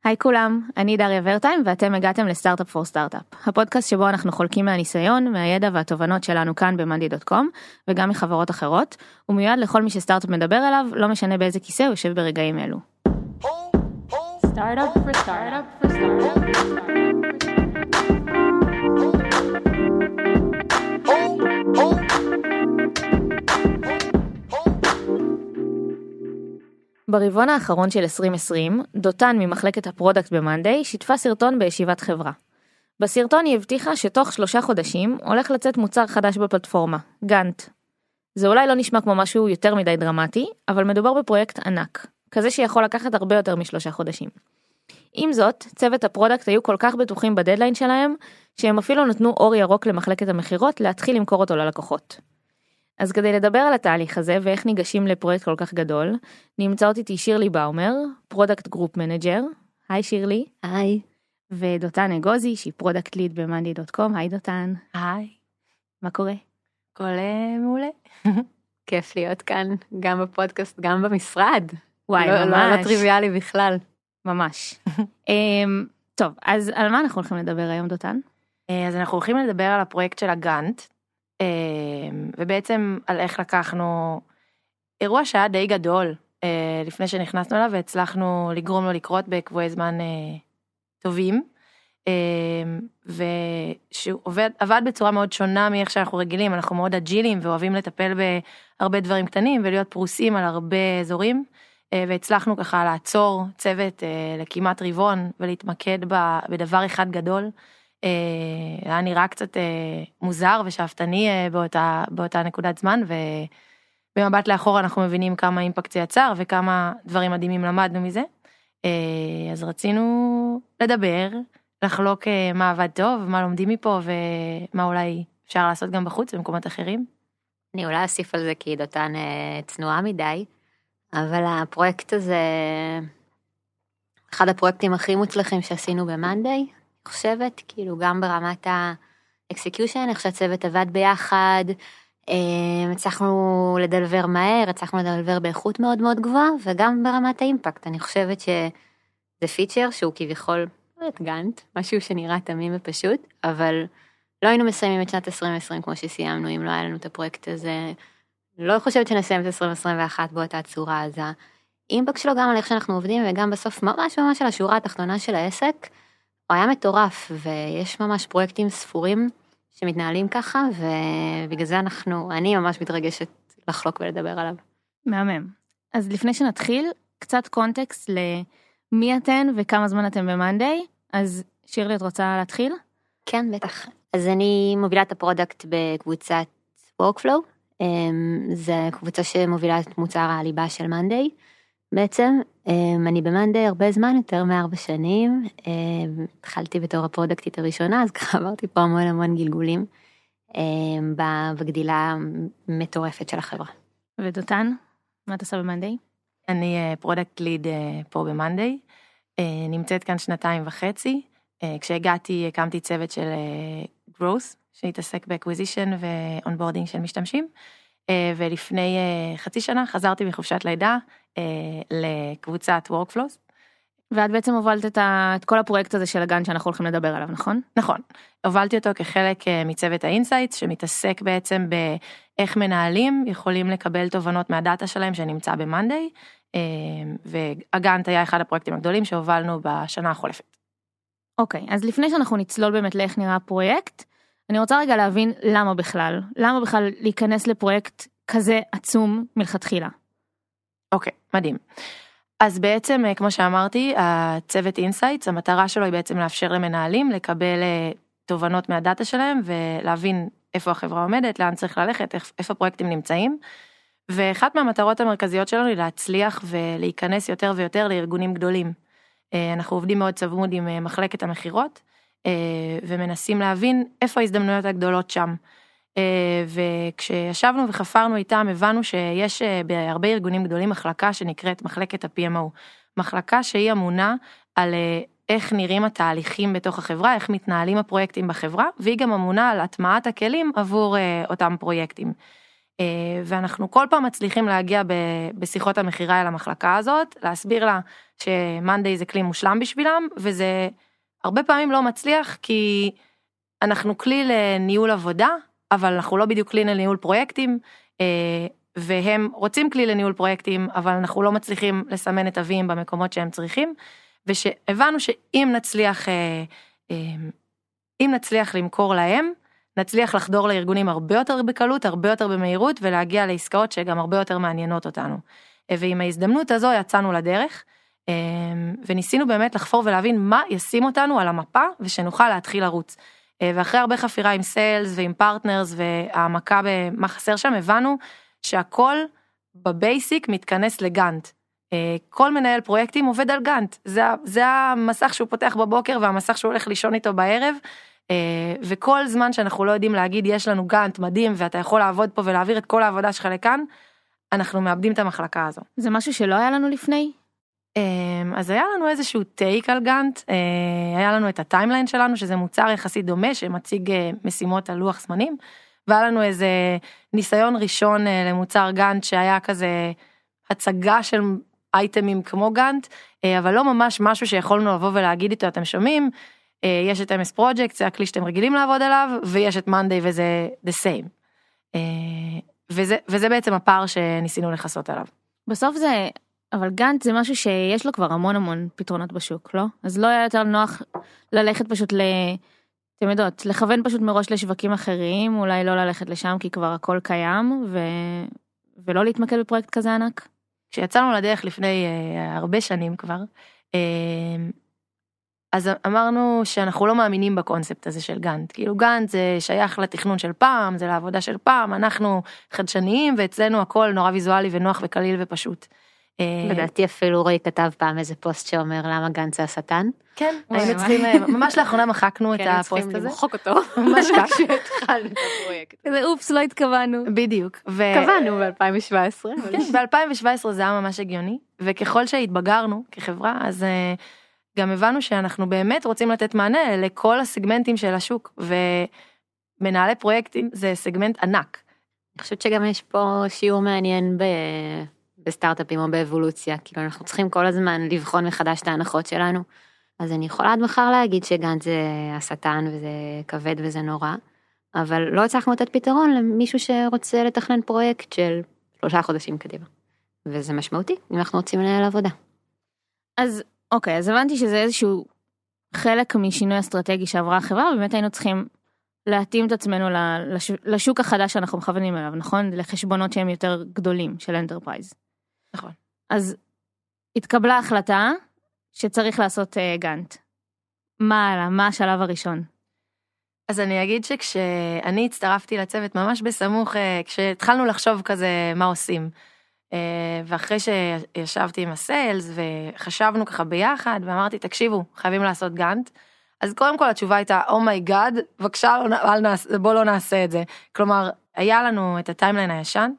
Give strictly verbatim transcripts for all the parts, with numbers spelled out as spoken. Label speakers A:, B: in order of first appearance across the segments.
A: היי כולם, אני דריה ורטיים ואתם הגעתם לסטארט-אפ פור סטארט-אפ, הפודקאסט שבו אנחנו חולקים מהניסיון, מהידע והתובנות שלנו כאן ב-מאנדי דוט קום וגם מחברות אחרות, ומיועד לכל מי שסטארט-אפ מדבר אליו, לא משנה באיזה כיסא הוא יושב ברגעים אלו.
B: Startup for startup for startup.
A: ברבעון האחרון של עשרים עשרים, דותן ממחלקת הפרודקט במאנדי שיתפה סרטון בישיבת חברה. בסרטון היא הבטיחה שתוך שלושה חודשים הולך לצאת מוצר חדש בפלטפורמה, גאנט. זה אולי לא נשמע כמו משהו יותר מדי דרמטי, אבל מדובר בפרויקט ענק, כזה שיכול לקחת הרבה יותר משלושה חודשים. עם זאת, צוות הפרודקט היו כל כך בטוחים בדדליין שלהם, שהם אפילו נתנו אור ירוק למחלקת המחירות להתחיל למכור אותו ללקוחות. אז כדי לדבר על התהליך הזה ואיך ניגשים לפרויקט כל כך גדול, נמצאות איתי שירלי באומר, פרודקט גרופ מנג'ר. היי שירלי.
C: היי.
A: ודותן אגוזי, שהיא פרודקט ליד ב-מאנדי דוט קום. היי דותן.
C: היי.
A: מה קורה?
C: הכל מעולה. כיף להיות כאן, גם בפודקאסט, גם במשרד.
A: וואי,
C: לא,
A: ממש.
C: לא, לא טריוויאלי בכלל.
A: ממש. טוב, אז על מה אנחנו הולכים לדבר היום, דותן?
C: אז אנחנו הולכים לדבר על הפרויקט של הגאנט, ובעצם על איך לקחנו אירוע שהיה די גדול לפני שנכנסנו אליו, והצלחנו לגרום לו לקרות בקבועי זמן טובים, ושהוא עובד, עבד בצורה מאוד שונה מאיך שאנחנו רגילים, אנחנו מאוד אג'ילים ואוהבים לטפל בהרבה דברים קטנים ולהיות פרוסים על הרבה אזורים, והצלחנו ככה לעצור צוות לכמעט רבעון ולהתמקד בדבר אחד גדול. היה נראה קצת מוזר ושאפתני באותה, באותה נקודת זמן, ובמבט לאחור אנחנו מבינים כמה אימפקט זה יצר וכמה דברים מדהימים למדנו מזה. אז רצינו לדבר, לחלוק מה עבד טוב, מה לומדים מפה ומה אולי אפשר לעשות גם בחוץ במקומות אחרים.
D: אני אולי אוסיף על זה כי דותן צנועה מדי, אבל הפרויקט הזה, אחד הפרויקטים הכי מוצלחים שעשינו במאנדי, אני חושבת, כאילו גם ברמת האקסקיושן, איך שהצוות עבד ביחד, הצלחנו לדלבר מהר, הצלחנו לדלבר באיכות מאוד מאוד גבוהה, וגם ברמת האימפקט, אני חושבת שזה פיצ'ר שהוא כביכול, לא את גאנט, משהו שנראה תמים ופשוט, אבל לא היינו מסיימים את שנת עשרים עשרים כמו שסיימנו, אם לא היה לנו את הפרויקט הזה, לא חושבת שנסיים את עשרים עשרים ואחת באותה צורה, אז האימפקט שלו גם על איך שאנחנו עובדים, וגם בסוף ממש ממש על השורה התחתונה של העסק, הוא היה מטורף, ויש ממש פרויקטים ספורים שמתנהלים ככה, ובגלל זה אנחנו, אני ממש מתרגשת לחלוק ולדבר עליו.
A: מהמם. אז לפני שנתחיל, קצת קונטקסט למי אתן וכמה זמן אתם במאנדי, אז שירלי, את רוצה להתחיל?
D: כן, בטח. אז אני מובילה את הפרודקט בקבוצת Workflow, זה קבוצה שמובילה את מוצר הליבה של מאנדי, בעצם, אני במאנדי הרבה זמן, יותר מארבע שנים, התחלתי בתור הפרודקטית הראשונה, אז ככה עברתי פה המון המון גלגולים, בגדילה מטורפת של החברה.
A: ודותן, מה את עושה במאנדי?
C: אני פרודקט ליד פה במאנדי, נמצאת כאן שנתיים וחצי, כשהגעתי הקמתי צוות של growth, שהתעסק באקוויזישן ואונבורדינג של משתמשים, ולפני חצי שנה חזרתי מחופשת לידה לקבוצת Workflows.
A: ואת בעצם הובלת את, ה... את כל הפרויקט הזה של הגאנט שאנחנו הולכים לדבר עליו, נכון?
C: נכון. הובלתי אותו כחלק מצוות האינסייטס, שמתעסק בעצם באיך מנהלים יכולים לקבל תובנות מהדאטה שלהם שנמצא במאנדי, והגאנט היה אחד הפרויקטים הגדולים שהובלנו בשנה החולפת.
A: אוקיי, אז לפני שאנחנו נצלול באמת לאיך נראה הפרויקט, אני רוצה רגע להבין למה בכלל, למה בכלל להיכנס לפרויקט כזה עצום מלכתחילה.
C: אוקיי, מדהים. אז בעצם, כמו שאמרתי, הצוות אינסייטס, המטרה שלו היא בעצם לאפשר למנהלים לקבל תובנות מהדאטה שלהם, ולהבין איפה החברה עומדת, לאן צריך ללכת, איפה הפרויקטים נמצאים, ואחת מהמטרות המרכזיות שלנו היא להצליח ולהיכנס יותר ויותר לארגונים גדולים. אנחנו עובדים מאוד צמוד עם מחלקת המחירות, ומנסים להבין איפה ההזדמנויות הגדולות שם. וכשישבנו וחפרנו איתם, הבנו שיש בהרבה ארגונים גדולים מחלקה שנקראת מחלקת ה-פי אם או, מחלקה שהיא אמונה על איך נראים התהליכים בתוך החברה, איך מתנהלים הפרויקטים בחברה, והיא גם אמונה על הטמעת הכלים עבור אותם פרויקטים. ואנחנו כל פעם מצליחים להגיע בשיחות המחירה אל המחלקה הזאת, להסביר לה שמאנדיי זה כלי מושלם בשבילם, וזה הרבה פעמים לא מצליח, כי אנחנו כלי לניהול עבודה, אבל אנחנו לא בדיוק כלי לניהול פרויקטים, והם רוצים כלי לניהול פרויקטים, אבל אנחנו לא מצליחים לסמן את אבים במקומות שהם צריכים, ושהבנו שאם נצליח, אם נצליח למכור להם, נצליח לחדור לארגונים הרבה יותר בקלות, הרבה יותר במהירות, ולהגיע לעסקאות שגם הרבה יותר מעניינות אותנו. ועם ההזדמנות הזו יצאנו לדרך, וניסינו באמת לחפור ולהבין מה ישים אותנו על המפה, ושנוכל להתחיל לרוץ. ואחרי הרבה חפירה עם סיילס ועם פרטנרס, והעמקה במה חסר שם, הבנו שהכל בבייסיק מתכנס לגאנט. כל מנהל פרויקטים עובד על גאנט. זה, זה המסך שהוא פותח בבוקר, והמסך שהוא הולך לישון איתו בערב, וכל זמן שאנחנו לא יודעים להגיד, יש לנו גאנט מדהים, ואתה יכול לעבוד פה ולהעביר את כל העבודה שלך לכאן, אנחנו מאבדים את המחלקה הזו.
A: זה משהו שלא היה לנו לפני?
C: אז היה לנו איזשהו טייק על גאנט, היה לנו את הטיימליין שלנו, שזה מוצר יחסית דומה, שמציג משימות על לוח זמנים, והיה לנו איזה ניסיון ראשון למוצר גאנט, שהיה כזה הצגה של אייטמים כמו גאנט, אבל לא ממש משהו שיכולנו לבוא ולהגיד איתו, אתם שומעים, יש את אם אס Project, זה הכלי שאתם רגילים לעבוד עליו, ויש את מאנדיי וזה the same. וזה, וזה בעצם הפער שניסינו לחסות עליו.
A: בסוף זה, אבל גאנט זה משהו שיש לו כבר המון המון פתרונות בשוק, לא? אז לא היה יותר נוח ללכת פשוט ל... אתם יודעות, לכוון פשוט מראש לשווקים אחרים, אולי לא ללכת לשם כי כבר הכל קיים, ו... ולא להתמקד בפרויקט כזה ענק.
C: כשיצאנו לדרך לפני uh, הרבה שנים כבר, uh, אז אמרנו שאנחנו לא מאמינים בקונספט הזה של גאנט. כאילו גאנט זה שייך לתכנון של פעם, זה לעבודה של פעם, אנחנו חדשניים, ואצלנו הכל נורא ויזואלי ונוח וקליל ופשוט.
D: לדעתי אפילו רועי כתב פעם איזה פוסט שאומר למה גאנט זה השטן.
C: כן, היינו צריכים, ממש לאחרונה מחקנו את הפוסט הזה.
D: כן, צריכים למחוק אותו.
C: ממש ככה.
D: כשהתחלנו את הפרויקט.
A: זה אופס, לא התכוונו.
C: בדיוק.
D: התכוונו ב-אלפיים שבע עשרה.
C: כן, ב-אלפיים שבע עשרה זה היה ממש הגיוני, וככל שהתבגרנו כחברה, אז גם הבנו שאנחנו באמת רוצים לתת מענה לכל הסגמנטים של השוק, ומנהלי פרויקטים זה סגמנט ענק.
D: אני חושבת שגם יש פה שיעור מעניין ב... בסטארט-אפים או באבולוציה, כאילו אנחנו צריכים כל הזמן לבחון מחדש את ההנחות שלנו, אז אני יכולה עד מחר להגיד שגאנט זה השטן וזה כבד וזה נורא, אבל לא הצלחנו לתת פתרון למישהו שרוצה לתכנן פרויקט של שלושה חודשים קדימה, וזה משמעותי אם אנחנו רוצים לנהל עבודה.
A: אז אוקיי, אז הבנתי שזה איזשהו חלק משינוי אסטרטגי שעברה החברה, ובאמת היינו צריכים להתאים את עצמנו לשוק החדש שאנחנו מכוונים אליו, נכון? לחשבונות שהם יותר גדולים של אנטרפרייז.
C: נכון.
A: אז התקבלה החלטה שצריך לעשות uh, גאנט. מה הלאה? מה השלב הראשון?
C: אז אני אגיד שכשאני הצטרפתי לצוות ממש בסמוך, כשהתחלנו לחשוב כזה מה עושים, ואחרי שישבתי עם הסיילס וחשבנו ככה ביחד, ואמרתי, תקשיבו, חייבים לעשות גאנט, אז קודם כל התשובה הייתה, אומייגאד, בבקשה, בוא לא נעשה את זה. כלומר, היה לנו את הטיימליין הישן,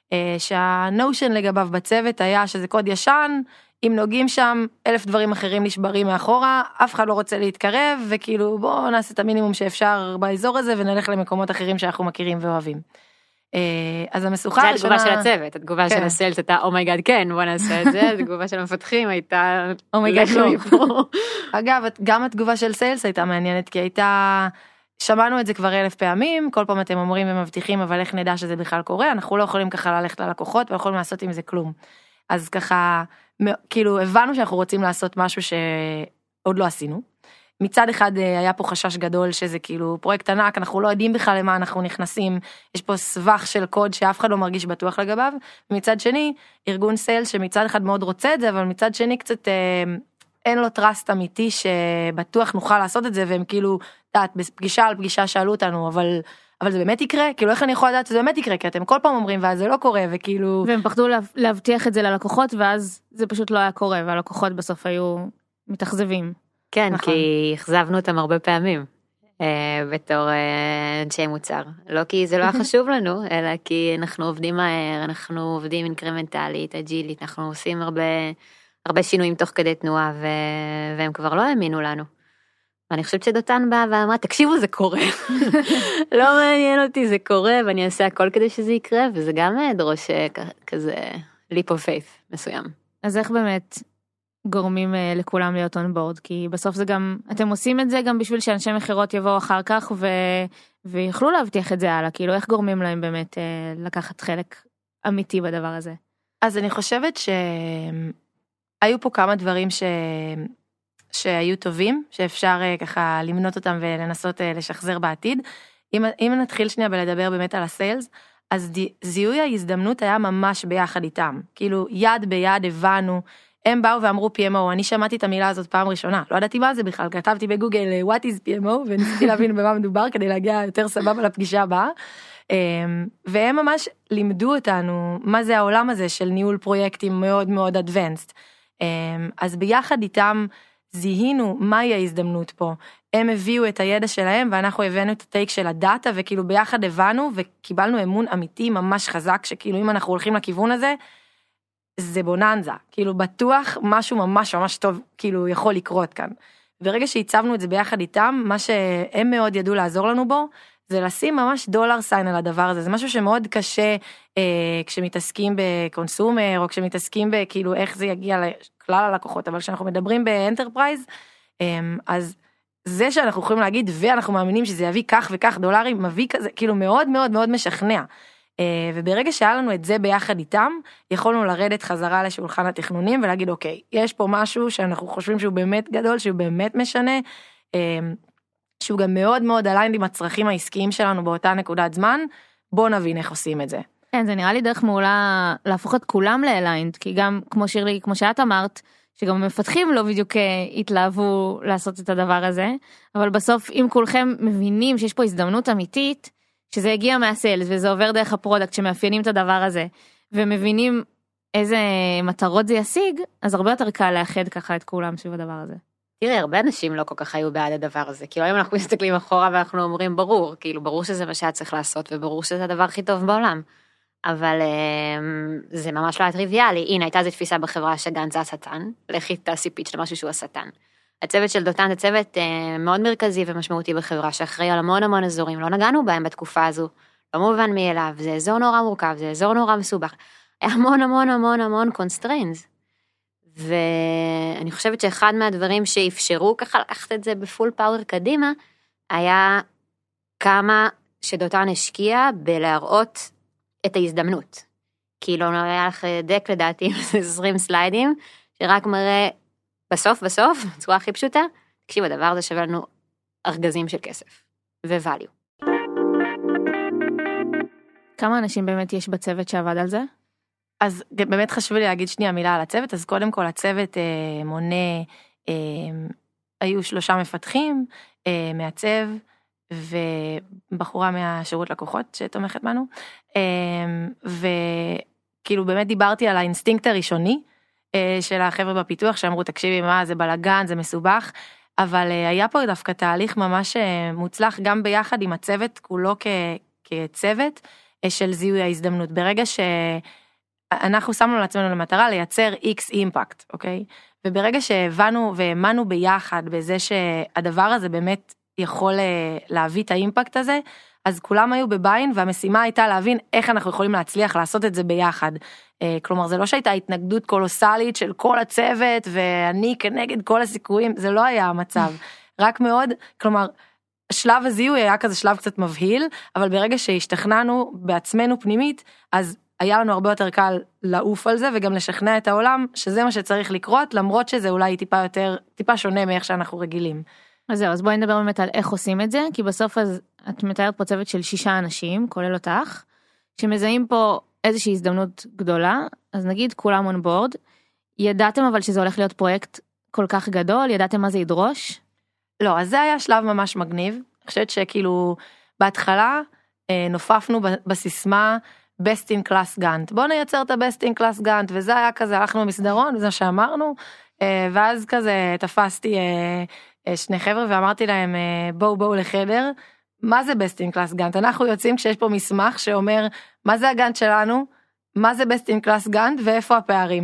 C: שהנושן לגביו בצוות היה שזה קוד ישן, אם נוגעים שם אלף דברים אחרים נשברים מאחורה, אף אחד לא רוצה להתקרב, וכאילו בוא נעשה את המינימום שאפשר באזור הזה, ונלך למקומות אחרים שאנחנו מכירים ואוהבים. אז המשוכה
D: הראשונה... זה התגובה של הצוות, התגובה של הסיילס הייתה, אומייגאד כן, בוא נעשה את זה, התגובה של המפתחים הייתה,
A: אומייגאד לא.
C: אגב, גם התגובה של סיילס הייתה מעניינת, כי הייתה... שמענו את זה כבר אלף פעמים, כל פעם אתם אומרים ומבטיחים, אבל איך נדע שזה בכלל קורה, אנחנו לא יכולים ככה ללכת ללקוחות, ולא יכולים לעשות עם זה כלום. אז ככה, כאילו, הבנו שאנחנו רוצים לעשות משהו שעוד לא עשינו. מצד אחד היה פה חשש גדול שזה כאילו פרויקט ענק, אנחנו לא יודעים בכלל למה אנחנו נכנסים, יש פה סבך של קוד שאף אחד לא מרגיש בטוח לגביו, ומצד שני, ארגון סיילס שמצד אחד מאוד רוצה את זה, אבל מצד שני קצת אין לו טראסט אמיתי שבטוח נוכל לעשות את זה, והם כאילו, דעת, בפגישה על פגישה שאלו אותנו, אבל... אבל זה באמת יקרה, כאילו איך אני יכולה לדעת שזה באמת יקרה, כי אתם כל פעם אומרים, ואז זה לא קורה, וכאילו...
A: והם פחדו להבטיח את זה ללקוחות, ואז זה פשוט לא היה קורה, והלקוחות בסוף היו מתאכזבים.
D: כן, נכון. כי החזבנו אותם הרבה פעמים, בתור אנשי מוצר. לא כי זה לא היה חשוב לנו, אלא כי אנחנו עובדים מהר, אנחנו עובדים אינקרמנטלית, אג'ילית, אנחנו עושים הרבה, הרבה שינויים תוך כדי תנועה, והם כבר לא האמינו לנו. ואני חושבת שדותן באה ואמרה, תקשיבו, זה קורה. לא מעניין אותי, זה קורה, ואני אעשה הכל כדי שזה יקרה, וזה גם דרוש כזה leap of faith מסוים.
A: אז איך באמת גורמים לכולם להיות on board? כי בסוף זה גם, אתם עושים את זה גם בשביל שאנשי מחירות יבואו אחר כך, ו... ויוכלו להבטיח את זה הלאה, כאילו איך גורמים להם באמת לקחת חלק אמיתי בדבר הזה?
C: אז אני חושבת שהיו פה כמה דברים ש... שהיו טובים, שאפשר ככה למנות אותם ולנסות לשחזר בעתיד. אם, אם נתחיל שנייה בלדבר באמת על הסיילס, אז זיהוי ההזדמנות היה ממש ביחד איתם. כאילו יד ביד הבנו, הם באו ואמרו פי אם או, אני שמעתי את המילה הזאת פעם ראשונה, לא ידעתי מה זה בכלל, כתבתי בגוגל what is פי אם או, וניסיתי להבין במה מדובר כדי להגיע יותר סבבה לפגישה הבאה, והם ממש לימדו אותנו מה זה העולם הזה של ניהול פרויקטים מאוד מאוד advanced. אז ביחד איתם זיהינו מהי ההזדמנות פה, הם הביאו את הידע שלהם ואנחנו הבאנו את הטייק של הדאטה, וכאילו ביחד הבנו וקיבלנו אמון אמיתי ממש חזק, שכאילו אם אנחנו הולכים לכיוון הזה, זה בוננזה, כאילו בטוח משהו ממש ממש טוב כאילו יכול לקרות כאן. ברגע שהצבנו את זה ביחד איתם, מה שהם מאוד ידעו לעזור לנו בו, זה לשים ממש דולר סיין על הדבר הזה, זה משהו שמאוד קשה אה, כשמתעסקים בקונסומר, או כשמתעסקים בכאילו איך זה יגיע לכלל הלקוחות, אבל כשאנחנו מדברים באנטרפרייז, אה, אז זה שאנחנו יכולים להגיד, ואנחנו מאמינים שזה יביא כך וכך דולרים, מביא כזה, כאילו מאוד מאוד מאוד משכנע. וברגע שהיה לנו את זה ביחד איתם, יכולנו לרדת חזרה לשולחן התכנונים, ולהגיד, אוקיי, יש פה משהו שאנחנו חושבים שהוא באמת גדול, שהוא באמת משנה, שהוא גם מאוד מאוד עליין עם הצרכים העסקיים שלנו באותה נקודת זמן, בוא נבין איך עושים את זה.
A: כן, זה נראה לי דרך מעולה להפוך את כולם לאליינד, כי גם, כמו שירלי, כמו שאת אמרת, שגם המפתחים לא בדיוק התלהבו לעשות את הדבר הזה, אבל בסוף, אם כולכם מבינים שיש פה הזדמנות אמיתית, שזה הגיע מהסיילס, וזה עובר דרך הפרודקט שמאפיינים את הדבר הזה, ומבינים איזה מטרות זה ישיג, אז הרבה יותר קל לאחד ככה את כולם סביב הדבר הזה.
D: תראי, הרבה אנשים לא כל כך היו בעד הדבר הזה, כאילו היום אנחנו מסתכלים אחורה ואנחנו אומרים ברור, כאילו ברור שזה מה שהיה צריך לעשות, וברור שזה הדבר הכי טוב בעולם, אבל זה ממש לא היה טריוויאלי. הנה, הייתה זו תפיסה בחברה שגנץ זה השטן, לכי תעשי פיץ' למשהו שהוא השטן. הצוות של דותן זה צוות מאוד מרכזי ומשמעותי בחברה, שאחראי על המון המון אזורים, לא נגענו בהם בתקופה הזו, לא מובן מאליו, זה אזור נורא מורכב, זה אזור נורא מסובך, היה המון המון המון המון קונסטריינס, ואני חושבת שאחד מהדברים שאפשרו ככה לקחת את זה בפול פאוור קדימה, היה כמה שדותן השקיע בלהראות את ההזדמנות, כאילו היה לך דק לדעתי, עשרים סליידים, שרק מראה בסוף בסוף, בצורה הכי פשוטה, תקשיב, הדבר הזה שווה לנו ארגזים של כסף, ו-value.
A: כמה אנשים באמת יש בצוות שעבד על זה?
C: אז באמת חשוב לי להגיד שנייה מילה על הצוות, אז קודם כל הצוות אה, מונה, אה, היו שלושה מפתחים, אה, מעצב, ובחורה מהשירות לקוחות שתומכת בנו, אה, וכאילו באמת דיברתי על האינסטינקט הראשוני, של החבר'ה בפיתוח שאמרו תקשיבי מה זה בלגן זה מסובך, אבל היה פה דווקא תהליך ממש מוצלח גם ביחד עם הצוות כולו כ, כצוות של זיהוי ההזדמנות. ברגע שאנחנו שמנו לעצמנו למטרה לייצר X אימפקט, אוקיי? וברגע שהבנו והאמנו ביחד בזה שהדבר הזה באמת יכול להביא את האימפקט הזה, אז כולם היו בביין, והמשימה הייתה להבין איך אנחנו יכולים להצליח לעשות את זה ביחד. כלומר, זה לא שהייתה התנגדות קולוסלית של כל הצוות, ואני כנגד כל הסיכויים, זה לא היה המצב. רק מאוד, כלומר, שלב הזיהוי היה כזה שלב קצת מבהיל, אבל ברגע שהשתכנענו בעצמנו פנימית, אז היה לנו הרבה יותר קל לעוף על זה, וגם לשכנע את העולם, שזה מה שצריך לקרות, למרות שזה אולי טיפה יותר, טיפה שונה מאיך שאנחנו רגילים.
A: אז זהו, אז בואי נדבר באמת על איך עושים את זה, כי בסוף אז את מתארת פה צוות של שישה אנשים, כולל אותך, שמזהים פה איזושהי הזדמנות גדולה, אז נגיד כולם on board, ידעתם אבל שזה הולך להיות פרויקט כל כך גדול, ידעתם מה זה ידרוש?
C: לא, אז זה היה שלב ממש מגניב, אני חושבת שכאילו בהתחלה נופפנו בסיסמה best in class גאנט, בוא נייצר את ה-best in class גאנט, וזה היה כזה, הלכנו במסדרון, וזה שאמרנו, ואז כזה תפסתי שני חבר'ה ואמרתי להם בואו בואו לחדר, מה זה best in class גאנט? אנחנו יוצאים כשיש פה מסמך שאומר מה זה הגאנט שלנו, מה זה best in class גאנט ואיפה הפערים.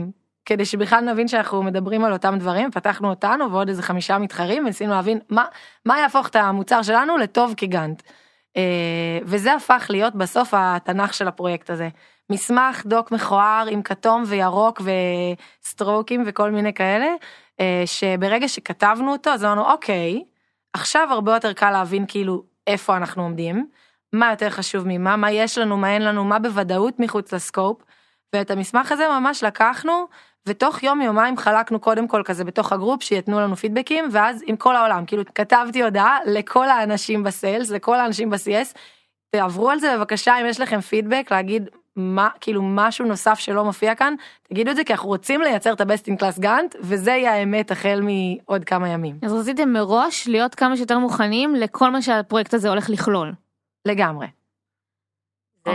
C: כדי שבכלל נבין שאנחנו מדברים על אותם דברים, פתחנו אותנו ועוד איזה חמישה מתחרים, וניסינו להבין מה, מה יהפוך את המוצר שלנו לטוב כגאנט. וזה הפך להיות בסוף התנ"ך של הפרויקט הזה. מסמך דוק מכוער עם כתום וירוק וסטרוקים וכל מיני כאלה, שברגע שכתבנו אותו, אז אמרנו, אוקיי, עכשיו הרבה יותר קל להבין כאילו איפה אנחנו עומדים, מה יותר חשוב ממה, מה יש לנו, מה אין לנו, מה בוודאות מחוץ לסקופ, ואת המסמך הזה ממש לקחנו, ותוך יום יומיים חלקנו קודם כל כזה בתוך הגרופ, שיתנו לנו פידבקים, ואז עם כל העולם, כאילו כתבתי הודעה לכל האנשים בסיילס, לכל האנשים ב-סי אס, תעברו על זה בבקשה, אם יש לכם פידבק, להגיד מה, כאילו משהו נוסף שלא מופיע כאן, תגידו את זה, כי אנחנו רוצים לייצר את ה-Best in Class Gantt, וזה יהיה האמת החל מעוד כמה ימים.
A: אז רציתם מראש להיות כמה שיותר מוכנים לכל מה שהפרויקט הזה הולך לכלול.
C: לגמרי.
D: זה,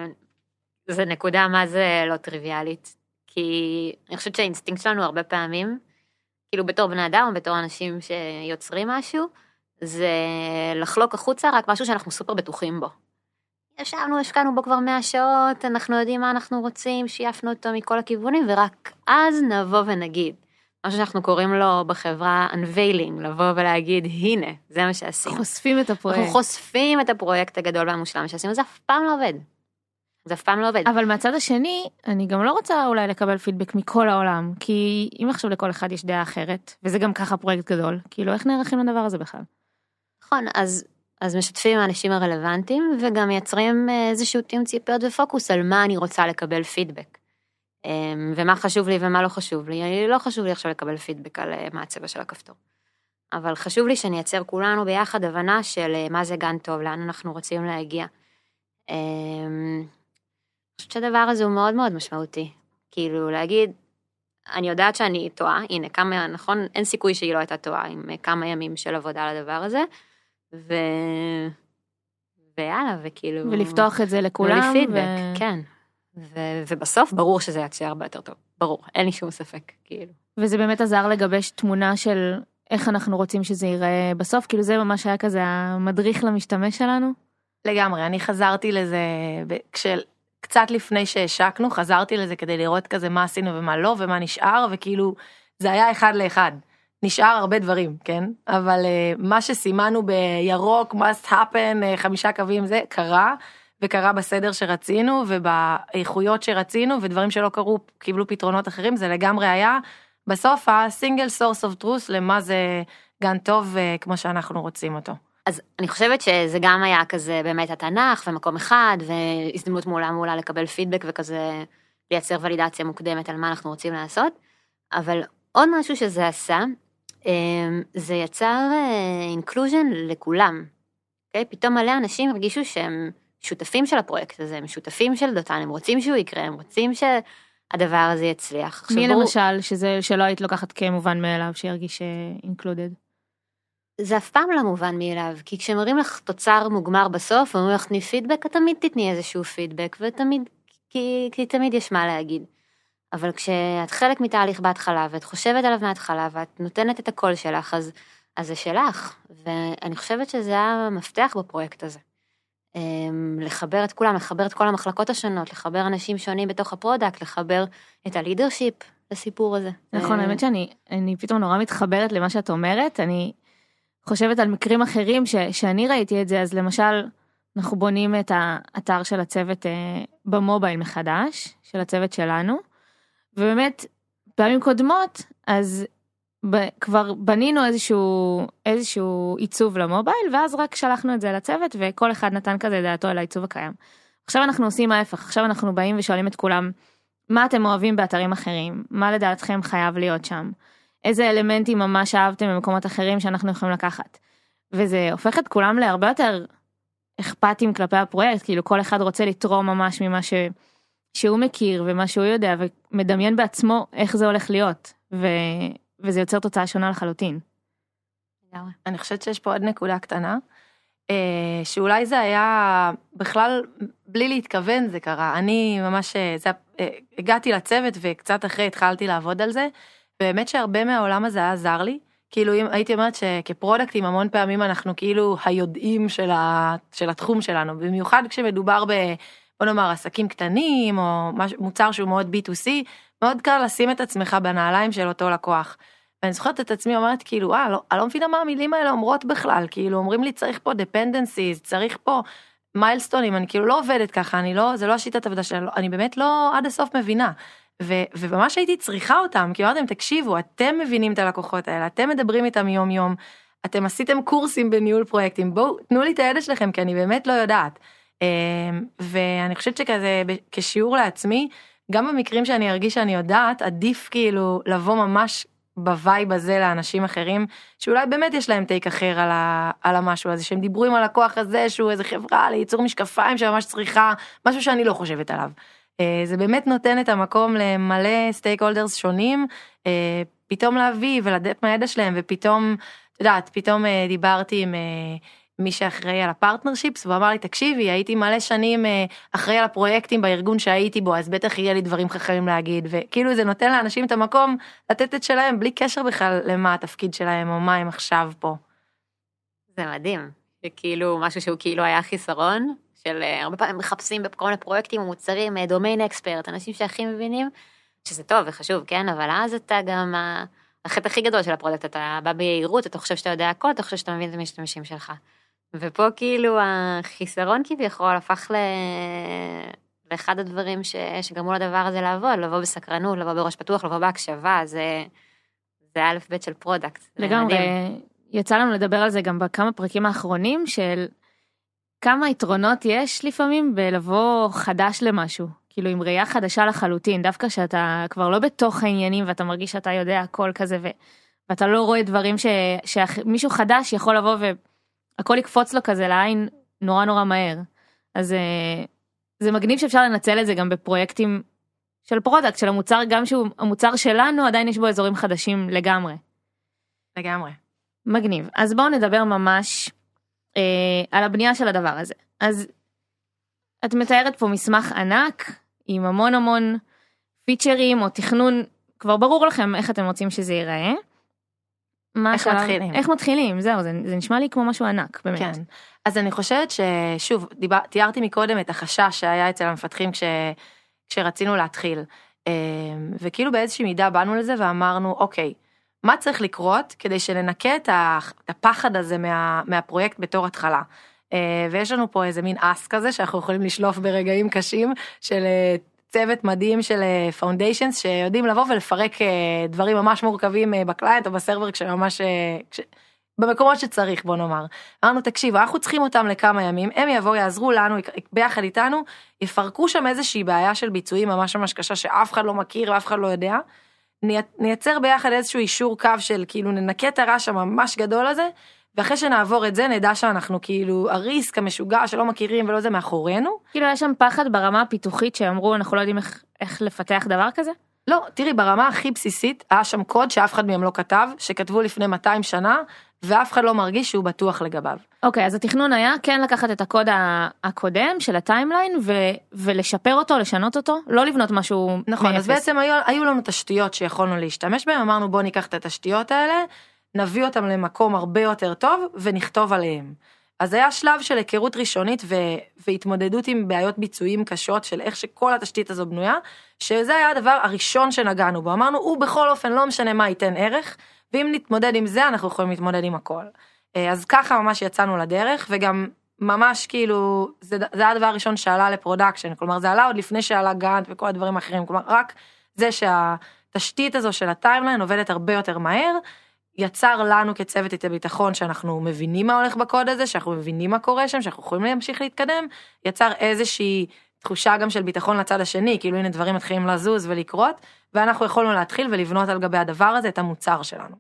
D: זה נקודה מה זה לא טריוויאלית, כי אני חושבת שהאינסטינקט שלנו הרבה פעמים, כאילו בתור בני אדם או בתור אנשים שיוצרים משהו, זה לחלוק החוצה רק משהו שאנחנו סופר בטוחים בו. ישבנו, השקענו בו כבר מאה שעות, אנחנו יודעים מה אנחנו רוצים, שייפנו אותו מכל הכיוונים, ורק אז נבוא ונגיד. משהו שאנחנו קוראים לו בחברה unveiling, לבוא ולהגיד, הנה, זה מה שעשינו.
A: חושפים את הפרויקט.
D: אנחנו חושפים את הפרויקט הגדול והמושלם שעשינו, זה אף פעם לא עובד. זה אף פעם לא עובד.
A: אבל מהצד השני, אני גם לא רוצה אולי לקבל פידבק מכל העולם, כי אם עכשיו לכל אחד יש דעה אחרת, וזה גם ככה פרויקט גדול, כאילו איך נערכים לדבר הזה בכלל?
D: נכון, אז... אז משתפים עם האנשים הרלוונטיים, וגם מייצרים איזשהו תיאום ציפיות ופוקוס על מה אני רוצה לקבל פידבק. ומה חשוב לי ומה לא חשוב לי. לא חשוב לי עכשיו לקבל פידבק על מה הצבע של הכפתור. אבל חשוב לי שנייצר כולנו ביחד הבנה של מה זה גאנט טוב, לאן אנחנו רוצים להגיע. אני חושבת שהדבר הזה הוא מאוד מאוד משמעותי. כאילו להגיד, אני יודעת שאני טועה, הנה כמה, נכון, אין סיכוי שהיא לא הייתה טועה, עם כמה ימים של עבודה על הדבר הזה, ו... ויאללה, וכאילו...
A: ולפתוח את זה לכולם.
D: ולפידבק, ו... כן. ו... ובסוף ברור שזה יצא הרבה יותר טוב. ברור, אין לי שום ספק, כאילו.
A: וזה באמת עזר לגבש תמונה של איך אנחנו רוצים שזה ייראה בסוף, כאילו זה ממש היה כזה המדריך למשתמש שלנו?
C: לגמרי, אני חזרתי לזה, כשל... קצת לפני שהשקנו, חזרתי לזה כדי לראות כזה מה עשינו ומה לא, ומה נשאר, וכאילו זה היה אחד לאחד. נשאר הרבה דברים, כן? אבל uh, מה שסימנו בירוק, must happen, uh, חמישה קווים, זה קרה, וקרה בסדר שרצינו, ובאיכויות שרצינו, ודברים שלא קרו, קיבלו פתרונות אחרים, זה לגמרי היה, בסוף ה-single source of truth, למה זה גאנט טוב, uh, כמו שאנחנו רוצים אותו.
D: אז אני חושבת שזה גם היה כזה באמת התנ"ך, ומקום אחד, והזדמנות מעולה מעולה לקבל פידבק, וכזה לייצר ולידציה מוקדמת על מה אנחנו רוצים לעשות, אבל עוד משהו שזה עשה, זה יצר אינקלוז'ן לכולם. Okay? פתאום מלא אנשים הרגישו שהם שותפים של הפרויקט הזה, הם שותפים של דותן, הם רוצים שהוא יקרה, הם רוצים שהדבר הזה יצליח.
A: מי למשל, שזה, שלא היית לוקחת כמובן מאליו, שירגיש אינקלודד?
D: זה אף פעם לא מובן מאליו, כי כשמראים לך תוצר מוגמר בסוף, ואומרים לך תני פידבק, את תמיד תתני איזשהו פידבק, ותמיד, כי, כי תמיד יש מה להגיד. אבל כשאת חלק מתהליך בהתחלה, ואת חושבת עליו מההתחלה, ואת נותנת את הקול שלך, אז, אז זה שלך. ואני חושבת שזה המפתח בפרויקט הזה. לחבר את כולם, לחבר את כל המחלקות השונות, לחבר אנשים שונים בתוך הפרודקט, לחבר את הלידרשיפ לסיפור הזה.
A: נכון, האמת שאני אני פתאום נורא מתחברת למה שאת אומרת, אני חושבת על מקרים אחרים ש, שאני ראיתי את זה, אז למשל, אנחנו בונים את האתר של הצוות במובייל מחדש, של הצוות שלנו, ובאמת, פעמים קודמות, אז ב, כבר בנינו איזשהו, איזשהו עיצוב למובייל, ואז רק שלחנו את זה לצוות, וכל אחד נתן כזה דעתו על העיצוב הקיים. עכשיו אנחנו עושים ההפך, עכשיו אנחנו באים ושואלים את כולם, מה אתם אוהבים באתרים אחרים? מה לדעתכם חייב להיות שם? איזה אלמנטים ממש אהבתם במקומות אחרים שאנחנו יכולים לקחת? וזה הופך את כולם להרבה יותר אכפתים כלפי הפרויקט, כאילו כל אחד רוצה לתרום ממש ממה ש... שהוא מכיר ומה שהוא יודע ומדמיין בעצמו איך זה הולך להיות, ו... וזה יוצר תוצאה שונה לחלוטין.
C: אני חושבת שיש פה עוד נקודה קטנה, שאולי זה היה בכלל בלי להתכוון זה קרה, אני ממש זה, הגעתי לצוות וקצת אחרי התחלתי לעבוד על זה, באמת שהרבה מהעולם הזה היה עזר לי, כאילו אם הייתי אומרת שכפרודקטים המון פעמים אנחנו כאילו היודעים של, ה... של התחום שלנו, במיוחד כשמדובר ב... בוא נאמר, עסקים קטנים, או מוצר שהוא מאוד בי טו סי, מאוד קל לשים את עצמך בנעליים של אותו לקוח. ואני זוכרת את עצמי אומרת, כאילו, אה, לא, אני לא מבינה מה המילים האלה אומרות בכלל, כאילו, אומרים לי, צריך פה dependencies, צריך פה מיילסטונים, אני כאילו לא עובדת ככה, אני לא, זה לא השיטת עבודה שלי, אני באמת לא עד הסוף מבינה. ו, וממש הייתי צריכה אותם, כי אמרתם, תקשיבו, אתם מבינים את הלקוחות האלה, אתם מדברים איתם יום יום, אתם עשיתם קורסים בניהול פרויקטים, בואו, תנו לי את הידע שלכם, כי אני באמת לא יודעת. ואני חושבת שכזה, כשיעור לעצמי, גם במקרים שאני ארגיש שאני יודעת, עדיף כאילו לבוא ממש בווייב הזה לאנשים אחרים, שאולי באמת יש להם טייק אחר על, ה, על המשהו הזה, שהם דיברו עם הלקוח הזה, שהוא איזה חברה לייצור משקפיים שממש צריכה, משהו שאני לא חושבת עליו. זה באמת נותן את המקום למלא סטייק הולדרס שונים, פתאום להביא ולדעת מהידע שלהם, ופתאום, את יודעת, פתאום דיברתי עם מי שאחראי על הפרטנרשיפס, והוא אמר לי, תקשיבי, הייתי מלא שנים אחראי על הפרויקטים בארגון שהייתי בו, אז בטח יהיה לי דברים חכמים להגיד, וכאילו זה נותן לאנשים את המקום לתת את שלהם, בלי קשר בכלל למה התפקיד שלהם, או מה הם עכשיו פה.
D: זה מדהים, שכאילו משהו שהוא כאילו היה חיסרון, של הרבה פעמים מחפשים בכל מיני פרויקטים ומוצרים, דומיין אקספרט, אנשים שהכי מבינים, שזה טוב וחשוב, כן, אבל אז אתה גם, החטא הכי גדול של הפרודקט, אתה בא ביעירות, אתה חושב שאתה יודע הכל, אתה חושב שאתה מבין את המשתמשים שלך. ופה כאילו החיסרון כביכול הפך ל... לאחד הדברים ש... שגרמו לדבר הזה לעבוד, לבוא בסקרנות, לבוא בראש פתוח, לבוא בהקשבה, זה, זה א' ב' של פרודקט.
A: לגמרי, יצא לנו לדבר על זה גם בכמה פרקים האחרונים, של כמה יתרונות יש לפעמים בלבוא חדש למשהו, כאילו עם ראייה חדשה לחלוטין, דווקא שאתה כבר לא בתוך העניינים, ואתה מרגיש שאתה יודע הכל כזה, ו... ואתה לא רואה דברים ש... שמישהו חדש יכול לבוא ו... הכל יקפוץ לו כזה לעין נורא נורא מהר. אז זה מגניב שאפשר לנצל את זה גם בפרויקטים של פרודקט, של המוצר, גם שהוא המוצר שלנו, עדיין יש בו אזורים חדשים לגמרי.
C: לגמרי.
A: מגניב. אז בואו נדבר ממש אה, על הבנייה של הדבר הזה. אז את מתארת פה מסמך ענק, עם המון המון פיצ'רים או תכנון, כבר ברור לכם איך אתם רוצים שזה ייראה.
C: איך שלב? מתחילים?
A: איך מתחילים? זהו, זה, זה נשמע לי כמו משהו ענק, באמת.
C: כן. אז אני חושבת ששוב, דיבר, תיארתי מקודם את החשש שהיה אצל המפתחים כש, כשרצינו להתחיל. וכאילו באיזושהי מידה באנו לזה ואמרנו, אוקיי, מה צריך לקרות כדי שננקה את הפחד הזה מה, מהפרויקט בתור התחלה? ויש לנו פה איזה מין אס כזה שאנחנו יכולים לשלוף ברגעים קשים של צוות מדהים של פאונדיישנס שיודעים לבוא ולפרק דברים ממש מורכבים בקליינט או בסרבר כשממש, כש... במקומות שצריך, בוא נאמר. אמרנו, תקשיב, אנחנו צריכים אותם לכמה ימים, הם יבואו, יעזרו לנו, ביחד איתנו, יפרקו שם איזושהי בעיה של ביצועים ממש ממש קשה שאף אחד לא מכיר ואף אחד לא יודע, נייצר ביחד איזשהו אישור קו של כאילו ננקה את הרעש הממש גדול הזה, ואחרי שנעבור את זה נדע שאנחנו כאילו הריסק המשוגע שלא מכירים ולא זה מאחורינו.
A: כאילו יש שם פחד ברמה הפיתוחית שאמרו אנחנו לא יודעים איך, איך לפתח דבר כזה?
C: לא, תראי, ברמה הכי בסיסית היה שם קוד שאף אחד מהם לא כתב, שכתבו לפני מאתיים שנה, ואף אחד לא מרגיש שהוא בטוח לגביו.
A: אוקיי, אז התכנון היה כן לקחת את הקוד הקודם של הטיימליין, ו- ולשפר אותו, לשנות אותו, לא לבנות משהו
C: נכון,
A: מאפס.
C: אז בעצם היו, היו לנו תשתיות שיכולנו להשתמש בהן, אמרנו בוא ניקח את התשתיות האלה, נביא אותם למקום הרבה יותר טוב, ונכתוב עליהם. אז היה שלב של היכרות ראשונית, ו- והתמודדות עם בעיות ביצועים קשות, של איך שכל התשתית הזו בנויה, שזה היה הדבר הראשון שנגענו בו. אמרנו, הוא בכל אופן לא משנה מה ייתן ערך, ואם נתמודד עם זה, אנחנו יכולים להתמודד עם הכל. אז ככה ממש יצאנו לדרך, וגם ממש כאילו, זה, זה היה הדבר הראשון שעלה לפרודקשן, כלומר זה עלה עוד לפני שעלה גאנט וכל הדברים האחרים, כלומר רק זה שהתשתית הזו של הטיימליין עובדת הרבה יותר מהר, יצר לנו כצוות את הביטחון שאנחנו מבינים מה הולך בקוד הזה, שאנחנו מבינים מה קורה שם, שאנחנו יכולים להמשיך להתקדם, יצר איזושהי תחושה גם של ביטחון לצד השני, כאילו הנה דברים מתחילים לזוז ולקרות, ואנחנו יכולנו להתחיל ולבנות על גבי הדבר הזה את המוצר שלנו.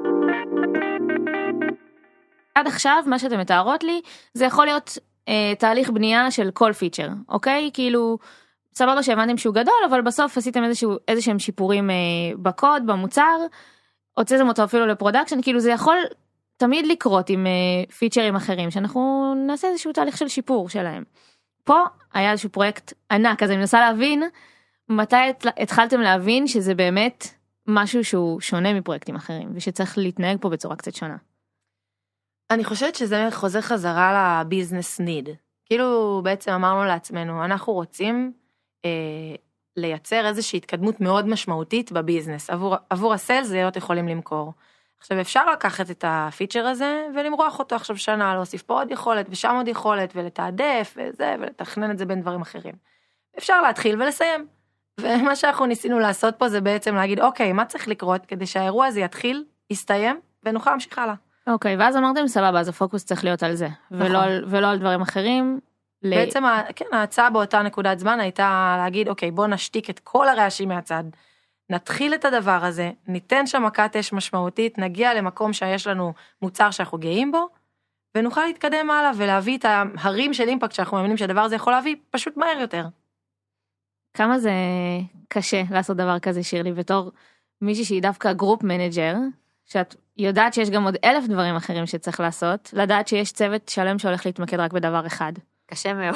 A: עד עכשיו מה שאתם מתארות לי, זה יכול להיות אה, תהליך בנייה של כל פיצ'ר, אוקיי? כאילו, סבבה שהבנתם שהוא גדול, אבל בסוף עשיתם איזשהו, איזשהם שיפורים אה, בקוד, במוצר, הוצאתם אותו אפילו לפרודקשן, כאילו זה יכול תמיד לקרות עם אה, פיצ'רים אחרים, שאנחנו נעשה איזשהו תהליך של שיפור שלהם. פה היה איזשהו פרויקט ענק, אז אני מנסה להבין, מתי התחלתם להבין שזה באמת משהו שהוא שונה מפרויקטים אחרים, ושצריך להתנהג פה בצורה קצת שונה?
C: אני חושבת שזה חוזר חזרה לביזנס ניד. כאילו בעצם אמרנו לעצמנו, אנחנו רוצים אה, לייצר איזושהי התקדמות מאוד משמעותית בביזנס, עבור, עבור הסיילס להיות יכולים למכור. עכשיו אפשר לקחת את הפיצ'ר הזה ולמרוח אותו עכשיו שנה, להוסיף פה עוד יכולת ושם עוד יכולת ולתעדף וזה ולתכנן את זה בין דברים אחרים. אפשר להתחיל ולסיים. ומה שאנחנו ניסינו לעשות פה זה בעצם להגיד, אוקיי, מה צריך לקרות כדי שהאירוע הזה יתחיל, יסתיים ונוכל להמשיך הלאה.
A: אוקיי, ואז אמרתם סבבה, אז הפוקוס צריך להיות על זה, ולא על, ולא על דברים אחרים.
C: בעצם, כן, ההצעה באותה נקודת זמן הייתה להגיד, אוקיי, בוא נשתיק את כל הרעשים מהצד, נתחיל את הדבר הזה, ניתן שם מכת אש משמעותית, נגיע למקום שיש לנו מוצר שאנחנו גאים בו, ונוכל להתקדם הלאה ולהביא את ההרים של אימפקט שאנחנו מאמינים שהדבר הזה יכול להביא פשוט מהר יותר.
A: כמה זה קשה לעשות דבר כזה, שירלי, בתור מישהי שהיא דווקא גרופ מנג'ר, שאת יודעת שיש גם עוד אלף דברים אחרים שצריך לעשות, לדעת שיש צוות שלם שהולך להתמקד רק בדבר אחד.
D: קשה מאוד.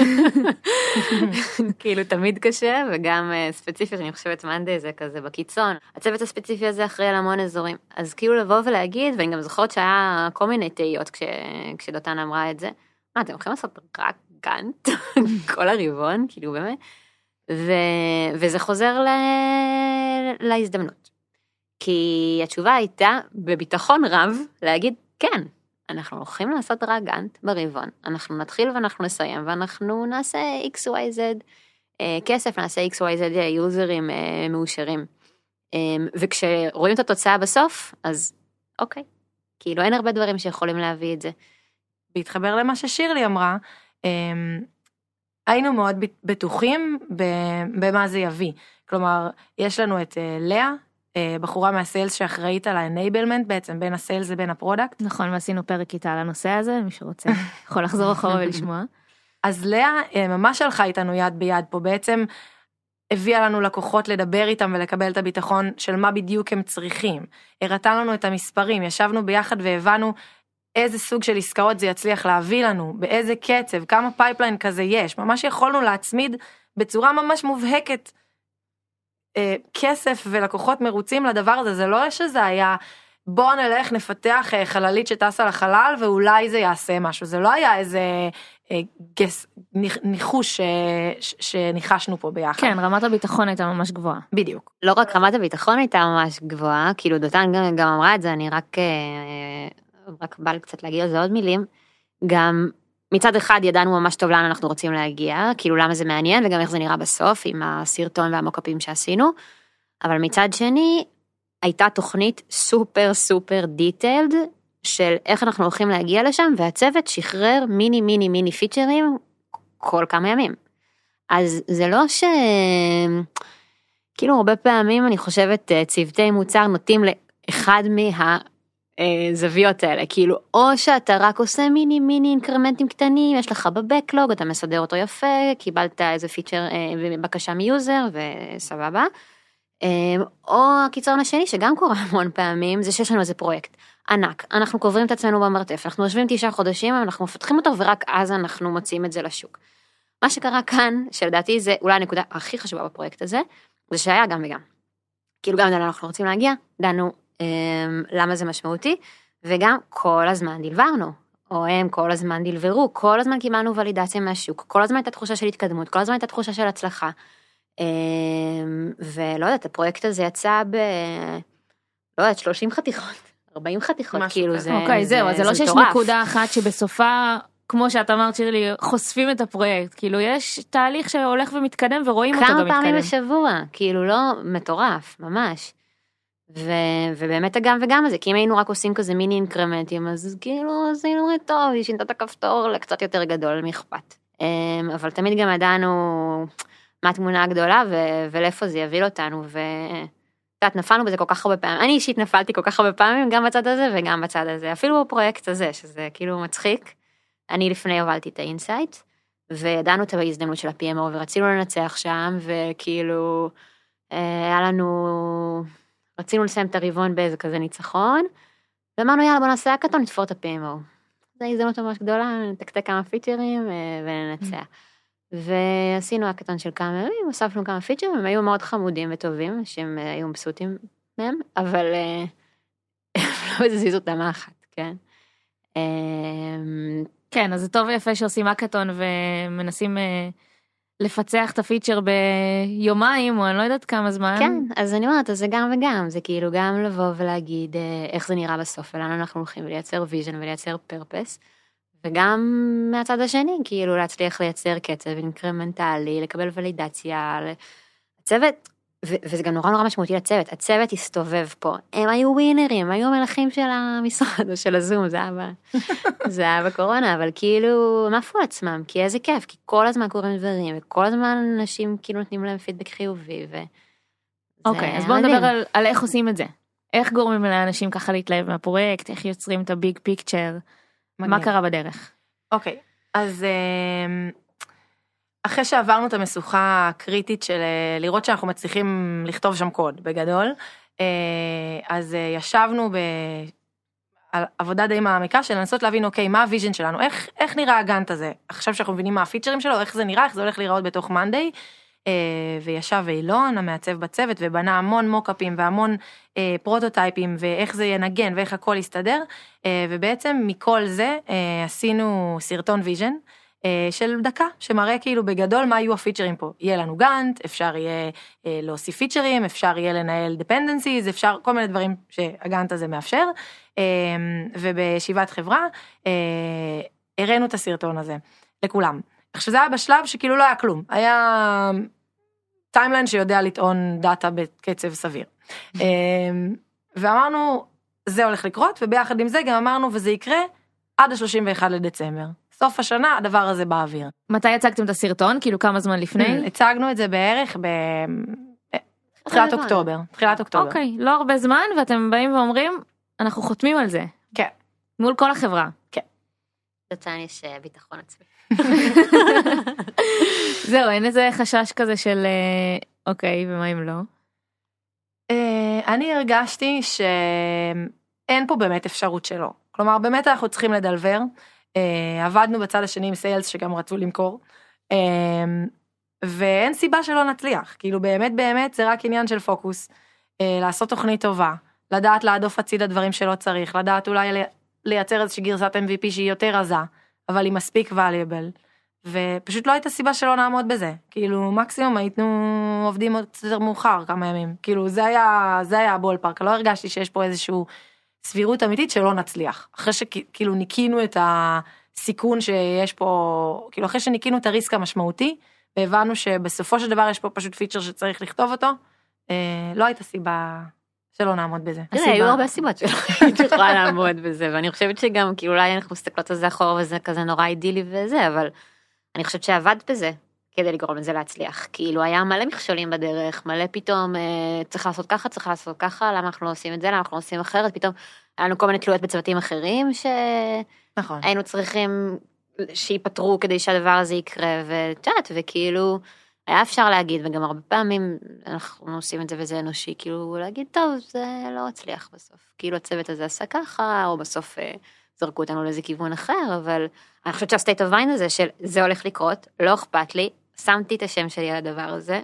D: כאילו תמיד קשה, וגם ספציפית, אני חושבת מנדי זה כזה בקיצון. הצוות הספציפי הזה אחראי על המון אזורים. אז כאילו לבוא ולהגיד, ואני גם זוכרת שהיה כל מיני תהיות כש, כשדותן אמרה את זה, מה, אתם הולכים לעשות רק גאנט? כל הרבעון, כאילו באמת. ו, וזה חוזר ל, להזדמנות. כי התשובה הייתה בביטחון רב להגיד, כן, אנחנו הולכים לעשות רק גאנט ברבעון, אנחנו נתחיל ואנחנו נסיים, ואנחנו נעשה אקס וואי זד כסף, נעשה אקס וואי זד יוזרים מאושרים. וכשרואים את התוצאה בסוף, אז אוקיי, כאילו אין הרבה דברים שיכולים להביא את זה.
C: בהתחבר למה ששירלי אמרה, היינו מאוד בטוחים במה זה יביא. כלומר, יש לנו את לאה, בחורה מהסיילס שאחראית על ה-enablement בעצם, בין הסיילס ובין הפרודקט.
A: נכון, ועשינו פרק איתה על הנושא הזה, מי שרוצה יכול לחזור אחורה ולשמוע.
C: אז לאה ממש הלכה איתנו יד ביד פה, בעצם הביאה לנו לקוחות לדבר איתם ולקבל את הביטחון של מה בדיוק הם צריכים. הראתה לנו את המספרים, ישבנו ביחד והבנו איזה סוג של עסקאות זה יצליח להביא לנו, באיזה קצב, כמה פייפליין כזה יש, ממש יכולנו להצמיד בצורה ממש מובהקת כסף ולקוחות מרוצים לדבר הזה, זה לא שזה היה, בוא נלך נפתח חללית שטסה לחלל ואולי זה יעשה משהו, זה לא היה איזה גס, ניחוש שניחשנו פה ביחד.
A: כן, רמת הביטחון הייתה ממש גבוהה.
C: בדיוק.
D: לא רק רמת הביטחון הייתה ממש גבוהה, כאילו דותן גם, גם אמרה את זה, אני רק, רק בא קצת להגיד על זה עוד מילים, גם מצד אחד ידענו ממש טוב לאן אנחנו רוצים להגיע, כאילו למה זה מעניין וגם איך זה נראה בסוף עם הסרטון והמוקאפים שעשינו, אבל מצד שני הייתה תוכנית סופר סופר דיטיילד של איך אנחנו הולכים להגיע לשם, והצוות שחרר מיני מיני מיני פיצ'רים כל כמה ימים. אז זה לא ש... כאילו הרבה פעמים אני חושבת צוותי מוצר נוטים לאחד מה... זוויות האלה, כאילו, או שאתה רק עושה מיני מיני אינקרמנטים קטנים, יש לך בבקלוג, אתה מסדר אותו יפה, קיבלת איזה פיצ'ר, בקשה מיוזר, וסבבה. או הקיצון השני, שגם קורה המון פעמים, זה שיש לנו איזה פרויקט ענק, אנחנו קוברים את עצמנו במרתף, אנחנו יושבים תשעה חודשים, אנחנו מפתחים אותו, ורק אז אנחנו מוצאים את זה לשוק. מה שקרה כאן, שלדעתי זה אולי הנקודה הכי חשובה בפרויקט הזה, זה שהיה גם וגם. כאילו גם דנו, אנחנו רוצים להגיע, דנו, למה זה משמעותי, וגם כל הזמן דלברנו, או הם כל הזמן דלברו, כל הזמן קיבלנו ולידציה מהשוק, כל הזמן הייתה תחושה של התקדמות, כל הזמן הייתה תחושה של הצלחה, ולא יודעת, הפרויקט הזה יצא ב... לא יודעת, שלושים חתיכות, ארבעים חתיכות, כאילו זה...
A: אוקיי, זהו, אז זה לא שיש נקודה אחת שבסופה, כמו שאת אמרת שירלי, חושפים את הפרויקט, כאילו יש תהליך שהולך ומתקדם ורואים אותו גם מתקדם.
D: כמה פעמים בשבוע, כאילו לא מטורף, ממש. ו... ובאמת הגם וגם הזה, כי אם היינו רק עושים כזה מיני אינקרמנטים, אז כאילו זה נורא טוב, היא שינתה את הכפתור לקצת יותר גדול, מי אכפת. אבל תמיד גם ידענו מה התמונה הגדולה, ו... ולאיפה זה יביא אותנו, וקצת נפלנו בזה כל כך הרבה פעמים, אני אישית נפלתי כל כך הרבה פעמים, גם בצד הזה וגם בצד הזה, אפילו בפרויקט הזה, שזה כאילו מצחיק. אני לפני הובלתי את האינסייט, וידענו את ההזדמנות של ה-פי אם או, ורצינו לנצח שם, וכאילו היה לנו... רצינו לסיים את הרבעון באיזה כזה ניצחון, ואמרנו יאללה בוא נעשה הקטון, נתפור את ה-פי אם או. זו הזדמנות ממש גדולה, נתקתק כמה פיצ'רים וננצח. ועשינו הקטון של כמה ימים, הוספנו כמה פיצ'רים, הם היו מאוד חמודים וטובים, שהם היו מבסוטים מהם, אבל לא הזיזו אותם אחת, כן?
A: כן, אז זה טוב ויפה שעושים אקאטון ומנסים אה, לפצח את הפיצ'ר ביומיים, או אני לא יודעת כמה זמן.
D: כן, אז אני אומרת, אז זה גם וגם, זה כאילו גם לבוא ולהגיד אה, איך זה נראה בסוף, ולאן אנחנו הולכים, ולייצר ויז'ן ולייצר פרפס, וגם מהצד השני, כאילו להצליח לייצר קצב אינקרמנטלי, לקבל ולידציה, הצוות, ו- וזה גם נורא נורא משמעותי לצוות, הצוות הסתובב פה, הם היו ווינרים, היו המלכים של המשרד או של הזום, זה היה, ב- זה היה בקורונה, אבל כאילו, הם עפו עצמם, כי איזה כיף, כי כל הזמן קוראים דברים, וכל הזמן אנשים כאילו נותנים להם פידבק חיובי, ו...
A: אוקיי, אז בואו נדבר על, על איך עושים את זה. איך גורמים לאנשים ככה להתלהב מהפרויקט, איך יוצרים את הביג פיקצ'ר, מה קרה בדרך?
C: אוקיי, אז אחרי שעברנו את המשוכה הקריטית של לראות שאנחנו מצליחים לכתוב שם קוד בגדול, אז ישבנו בעבודה די מעמיקה של לנסות להבין, אוקיי, מה הוויז'ן שלנו, איך, איך נראה הגאנט הזה? עכשיו שאנחנו מבינים מה הפיצ'רים שלו, איך זה נראה, איך זה הולך להיראות בתוך מאנדיי, וישב אילון, המעצב בצוות, ובנה המון מוקאפים והמון פרוטוטייפים, ואיך זה ינגן, ואיך הכל יסתדר, ובעצם מכל זה עשינו סרטון ויז'ן, של דקה, שמראה כאילו בגדול מה יהיו הפיצ'רים פה. יהיה לנו גאנט, אפשר יהיה להוסיף פיצ'רים, אפשר יהיה לנהל dependencies, אפשר כל מיני דברים שהגאנט הזה מאפשר, ובישיבת חברה, הראינו את הסרטון הזה לכולם. עכשיו זה היה בשלב שכאילו לא היה כלום, היה טיימליין שיודע לטעון דאטה בקצב סביר. ואמרנו, זה הולך לקרות, וביחד עם זה גם אמרנו, וזה יקרה עד ה-שלושים ואחד לדצמבר. סוף השנה, הדבר הזה באוויר.
A: מתי הצגתם את הסרטון? כאילו כמה זמן לפני?
C: הצגנו את זה בערך בתחילת אוקטובר. תחילת אוקטובר.
A: אוקיי, לא הרבה זמן, ואתם באים ואומרים, אנחנו חותמים על זה.
C: כן.
A: מול כל החברה.
C: כן.
D: לצען יש ביטחון עצמי.
A: זהו, אין איזה חשש כזה של, אוקיי, ומה אם לא?
C: אני הרגשתי שאין פה באמת אפשרות שלו. כלומר, באמת אנחנו צריכים לדלבר. עבדנו בצד השני עם סיילס שגם רצו למכור. ואין סיבה שלא נצליח. כאילו, באמת באמת זה רק עניין של פוקוס. לעשות תוכנית טובה. לדעת להדוף הציד הדברים שלא צריך. לדעת אולי לייצר איזושהי גרסת אם וי פי שהיא יותר עזה. אבל היא מספיק valuable, ופשוט לא הייתה סיבה שלא נעמוד בזה, כאילו מקסימום הייתנו עובדים עוד יותר מאוחר כמה ימים, כאילו זה היה, זה היה הבול פארק, לא הרגשתי שיש פה איזשהו סבירות אמיתית שלא נצליח, אחרי שכאילו ניקינו את הסיכון שיש פה, כאילו אחרי שניקינו את הריסק המשמעותי, והבנו שבסופו של דבר יש פה פשוט פיצ'ר שצריך לכתוב אותו, לא הייתה סיבה שלא נעמוד בזה.
D: תראה, היו הרבה סיבות שלא יכולה לעמוד בזה, ואני חושבת שגם, כאילו אולי אנחנו מסתכלות על זה אחורה, וזה כזה נורא אידילי וזה, אבל אני חושבת שעבדת בזה, כדי לגרום לזה להצליח. כאילו היה מלא מכשולים בדרך, מלא פתאום, צריך לעשות ככה, צריך לעשות ככה, למה אנחנו לא עושים את זה, למה אנחנו לא עושים אחרת, פתאום היה לנו כל מיני תלויות בצוותים אחרים, שהיינו צריכים שיפטרו כדי שהדבר הזה יקרה, ותשעת, וכאילו, היה אפשר להגיד, וגם הרבה פעמים אנחנו עושים את זה וזה אנושי, כאילו להגיד, טוב, זה לא הצליח בסוף. כאילו הצוות הזה עשה ככה, או בסוף זרקו אותנו לאיזה כיוון אחר, אבל אני חושבת שהסטייט אוף מיינד הזה, של זה הולך לקרות, לא אכפת לי, שמתי את השם שלי על הדבר הזה,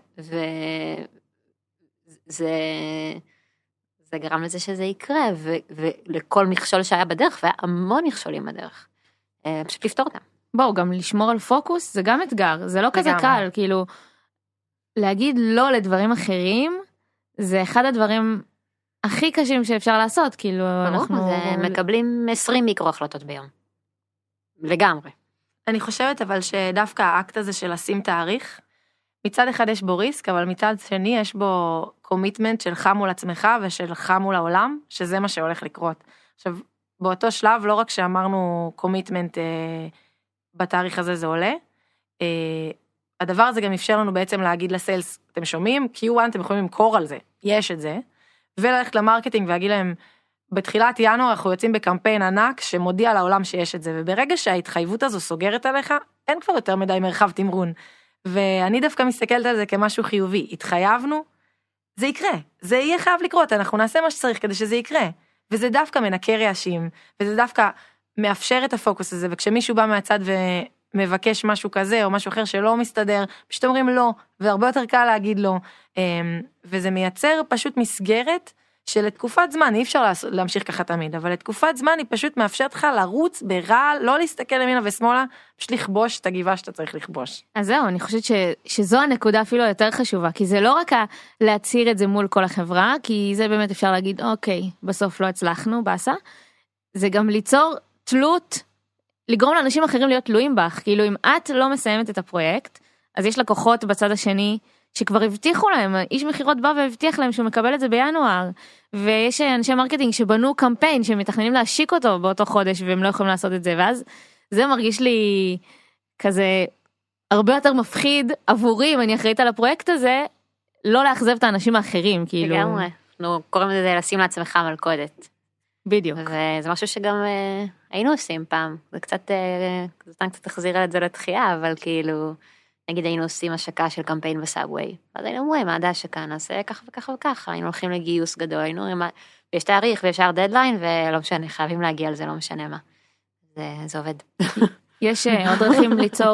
D: וזה זה גרם לזה שזה יקרה, ו, ולכל מכשול שהיה בדרך, והיה המון מכשולים בדרך. פשוט לפתור אותם.
A: בואו, גם לשמור על פוקוס, זה גם אתגר, זה לא כזה קל, כאילו, להגיד לא לדברים אחרים, זה אחד הדברים הכי קשים שאפשר לעשות, כאילו, אנחנו...
D: זה מקבלים עשרים מיקרו החלטות ביום. לגמרי.
C: אני חושבת אבל שדווקא האקט הזה של לשים תאריך, מצד אחד יש בו ריסק, אבל מצד שני יש בו קומיטמנט של חם מול עצמך ושל חם מול העולם, שזה מה שהולך לקרות. עכשיו, באותו שלב, לא רק שאמרנו קומיטמנט אה, בתאריך הזה זה עולה, אה, הדבר הזה גם אפשר לנו בעצם להגיד לסיילס, אתם שומעים? קיו וואן, אתם יכולים למכור על זה, יש את זה, וללכת למרקטינג ולהגיד להם, בתחילת ינואר אנחנו יוצאים בקמפיין ענק שמודיע לעולם שיש את זה, וברגע שההתחייבות הזו סוגרת עליך, אין כבר יותר מדי מרחב תמרון, ואני דווקא מסתכלת על זה כמשהו חיובי, התחייבנו, זה יקרה, זה יהיה חייב לקרות, אנחנו נעשה מה שצריך כדי שזה יקרה, וזה דווקא מנקה רעשים, וזה דווקא מאפשר את הפוקוס הזה, וכשמישהו בא מהצד ומבקש משהו כזה, או משהו אחר שלא מסתדר, פשוט אומרים לא, והרבה יותר קל להגיד לא, וזה מייצר פשוט מסגרת, שלתקופת זמן, אי אפשר להמשיך ככה תמיד, אבל לתקופת זמן היא פשוט מאפשרת לך לרוץ ברעל, לא להסתכל ימינה ושמאלה, פשוט לכבוש את הגבעה שאתה צריך לכבוש.
A: אז זהו, אני חושבת ש, שזו הנקודה אפילו יותר חשובה, כי זה לא רק להצהיר את זה מול כל החברה, כי זה באמת אפשר להגיד, אוקיי, בסוף לא הצלחנו, בסה, זה גם ליצור תלות, לגרום לאנשים אחרים להיות תלויים בך, כאילו אם את לא מסיימת את הפרויקט, אז יש לקוחות בצד השני, שכבר הבטיחו להם, איש מחירות בא והבטיח להם שהוא מקבל את זה בינואר, ויש אנשי מרקטינג שבנו קמפיין שמתכננים להשיק אותו באותו חודש, והם לא יכולים לעשות את זה, ואז זה מרגיש לי כזה הרבה יותר מפחיד עבורי, אם אני אחראית על הפרויקט הזה, לא לאכזב את האנשים האחרים, כאילו.
D: לגמרי, אנחנו קוראים לזה לשים לעצמך מלכודת.
A: בדיוק.
D: וזה משהו שגם אה, היינו עושים פעם, זה קצת, אה, זה קצת תחזיר את זה לתחייה, אבל כאילו, נגיד היינו עושים השקה של קמפיין בסאבווי, אז היינו אומרים, מה עד ההשקה, נעשה ככה וככה וככה, היינו הולכים לגיוס גדול, היינו אומרים, יש תאריך וישר דדליין, ולא משנה, חייבים להגיע על זה, לא משנה מה. זה, זה עובד.
A: יש עוד דרכים ליצור,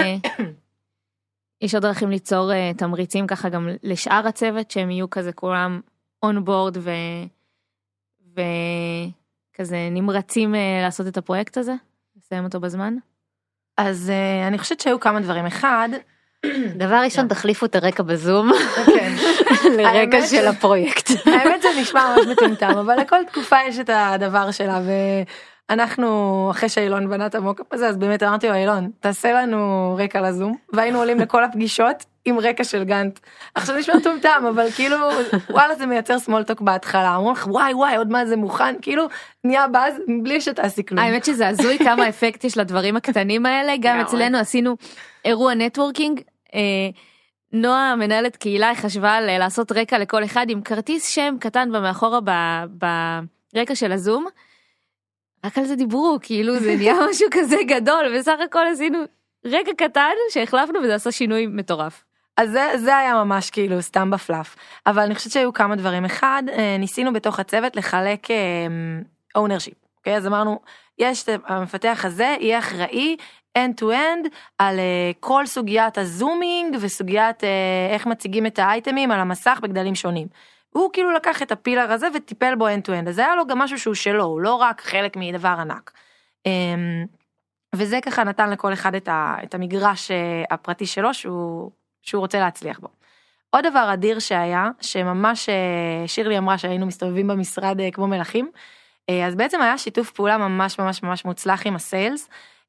A: יש עוד דרכים ליצור תמריצים ככה גם לשאר הצוות, שהם יהיו כזה כולם on board ו... וכזה נמרצים לעשות את הפרויקט הזה, לסיים אותו בזמן.
C: אז uh, אני חושבת שהיו כמה דברים. אחד,
D: דבר ראשון, תחליפו את הרקע בזום
C: כן.
D: לרקע של הפרויקט.
C: האמת זה נשמע ממש מטומטם, אבל לכל תקופה יש את הדבר שלה, ואנחנו, אחרי שאילון בנה את המוקאפ הזה, אז באמת אמרתי לו, אילון, תעשה לנו רקע לזום, והיינו עולים לכל הפגישות עם רקע של גאנט. עכשיו נשמע מטומטם, אבל כאילו, וואלה זה מייצר סמולטוק בהתחלה, אמרו לך, וואי וואי, עוד מה זה מוכן, כאילו, נהיה באז, בלי שתעשי כלום.
A: האמת שזה הזוי כמה אפקט יש לדברים הקטנים האלה, גם אצלנו עשינו אירוע נטוורקינג, נועה מנהלת קהילה, היא חשבה לעשות רקע לכל אחד עם כרטיס שם קטן במאחורה ברקע של הזום, רק על זה דיברו, כאילו זה נהיה משהו כזה גדול, בסך הכל עשינו רקע קטן שהחלפנו וזה עשה שינוי מטורף.
C: אז זה, זה היה ממש כאילו סתם בפלאף, אבל אני חושבת שהיו כמה דברים. אחד, ניסינו בתוך הצוות לחלק ownership, אוקיי? אז אמרנו, יש המפתח הזה, יהיה אחראי end to end על כל סוגיית הזומינג וסוגיית איך מציגים את האייטמים על המסך בגדלים שונים. הוא כאילו לקח את הפילר הזה וטיפל בו end to end, אז היה לו גם משהו שהוא שלו, הוא לא רק חלק מדבר ענק. וזה ככה נתן לכל אחד את, ה, את המגרש הפרטי שלו שהוא, שהוא רוצה להצליח בו. עוד דבר אדיר שהיה, שממש שירלי אמרה שהיינו מסתובבים במשרד כמו מלאכים, אז בעצם היה שיתוף פעולה ממש ממש ממש מוצלח עם הסיילס.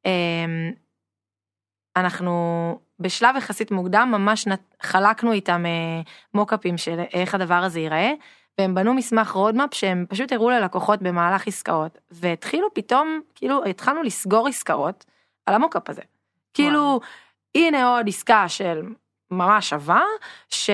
C: אנחנו בשלב יחסית מוקדם ממש חלקנו איתם מוקאפים של איך הדבר הזה ייראה, והם בנו מסמך רודמאפ שהם פשוט הראו ללקוחות במהלך עסקאות, והתחילו פתאום, כאילו התחלנו לסגור עסקאות על המוקאפ הזה. כאילו, הנה עוד עסקה של ממש שווה, ש...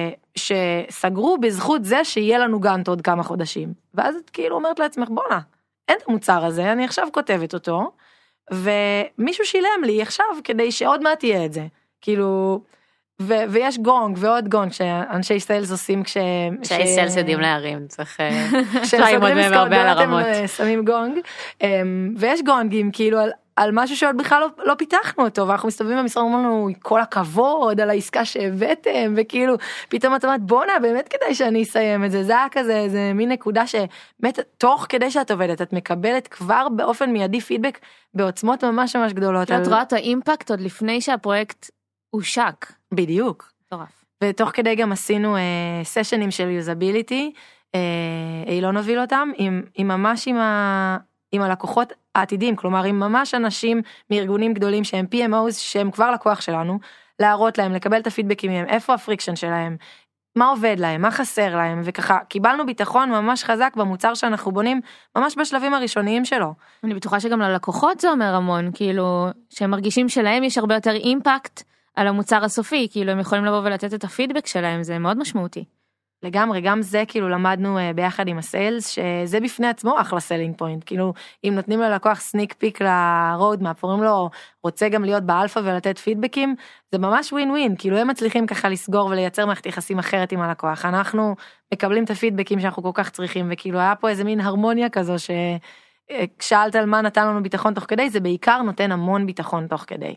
C: שסגרו בזכות זה שיהיה לנו גאנט עוד כמה חודשים. ואז את כאילו אומרת לעצמך, בונה, אין את המוצר הזה, אני עכשיו כותבת אותו, ומישהו שילם לי עכשיו כדי שעוד מעט תהיה את זה. כאילו... ו- ויש גונג ועוד גונג שאנשי סיילס עושים כש...
D: אנשי סיילס יודעים להרים, צריך...
C: כשסוגרים עסקאות באמת הם שמים גונג, ויש גונגים כאילו על, על משהו שעוד בכלל לא, לא פיתחנו אותו, ואנחנו מסתובבים במשרד ואומרים לנו כל הכבוד על העסקה שהבאתם, וכאילו פתאום את אומרת בונה באמת כדאי שאני אסיים את זה, זה היה כזה, זה מין נקודה שבאמת תוך כדי שאת עובדת, את מקבלת כבר באופן מיידי פידבק בעוצמות ממש ממש גדולות.
A: את רואה את האימפקט עוד לפני שהפרויקט הושק.
C: בדיוק.
A: טורף.
C: ותוך כדי גם עשינו אה, סשנים של יוזביליטי, אה, אילון הוביל אותם, עם, עם ממש עם, ה, עם הלקוחות העתידים, כלומר עם ממש אנשים מארגונים גדולים שהם פי אם או'ס, שהם כבר לקוח שלנו, להראות להם, לקבל את הפידבקים מהם, איפה הפריקשן שלהם, מה עובד להם, מה חסר להם, וככה קיבלנו ביטחון ממש חזק במוצר שאנחנו בונים, ממש בשלבים הראשוניים שלו.
A: אני בטוחה שגם ללקוחות זה אומר המון, כאילו, שהם מרגישים שלהם יש הרבה יותר אימפקט, על המוצר הסופי, כאילו הם יכולים לבוא ולתת את הפידבק שלהם, זה מאוד משמעותי.
C: לגמרי, גם זה כאילו למדנו ביחד עם הסיילס, שזה בפני עצמו אחלה סלינג פוינט, כאילו אם נותנים ללקוח סניק פיק לרודמאפ, אומרים לו, רוצה גם להיות באלפא ולתת פידבקים, זה ממש ווין ווין, כאילו הם מצליחים ככה לסגור ולייצר מערכת יחסים אחרת עם הלקוח, אנחנו מקבלים את הפידבקים שאנחנו כל כך צריכים, וכאילו היה פה איזה מין הרמוניה כזו, ששאלת על מה נתן לנו ביטחון תוך כדי, זה בעיקר נותן המון ביטחון תוך כדי.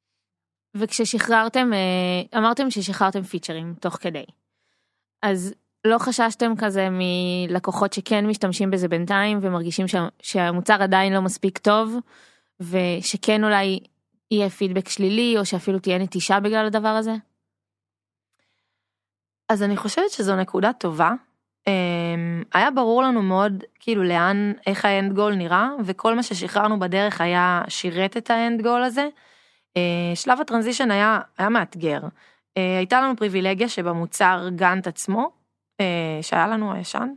A: וכששחררתם, אמרתם ששחררתם פיצ'רים תוך כדי. אז לא חששתם כזה מלקוחות שכן משתמשים בזה בינתיים, ומרגישים שה, שהמוצר עדיין לא מספיק טוב, ושכן אולי יהיה פידבק שלילי, או שאפילו תהיה נטישה בגלל הדבר הזה?
C: אז אני חושבת שזו נקודה טובה. היה ברור לנו מאוד כאילו לאן, איך האנד גול נראה, וכל מה ששחררנו בדרך היה שירת את האנד גול הזה. שלב הטרנזישן היה, היה מאתגר. הייתה לנו פריבילגיה שבמוצר גאנט עצמו, שהיה לנו הישן,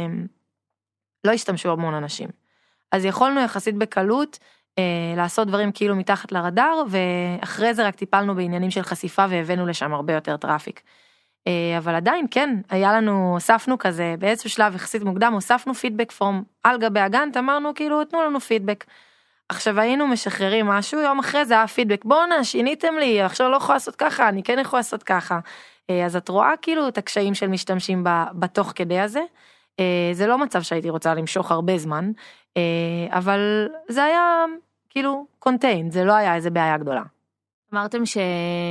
C: לא השתמשו המון אנשים. אז יכולנו יחסית בקלות לעשות דברים כאילו מתחת לרדאר, ואחרי זה רק טיפלנו בעניינים של חשיפה, והבאנו לשם הרבה יותר טראפיק. אבל עדיין כן, היה לנו, הוספנו כזה, באיזשהו שלב יחסית מוקדם, הוספנו פידבק פורם על גבי הגאנט, אמרנו כאילו, תנו לנו פידבק. עכשיו היינו משחררים משהו, יום אחרי זה היה פידבק, בואנה, שיניתם לי, עכשיו לא יכולה לעשות ככה, אני כן יכולה לעשות ככה. אז את רואה כאילו את הקשיים של משתמשים בתוך כדי הזה. זה לא מצב שהייתי רוצה למשוך הרבה זמן, אבל זה היה כאילו קונטיין, זה לא היה איזה בעיה גדולה.
A: אמרתם ש...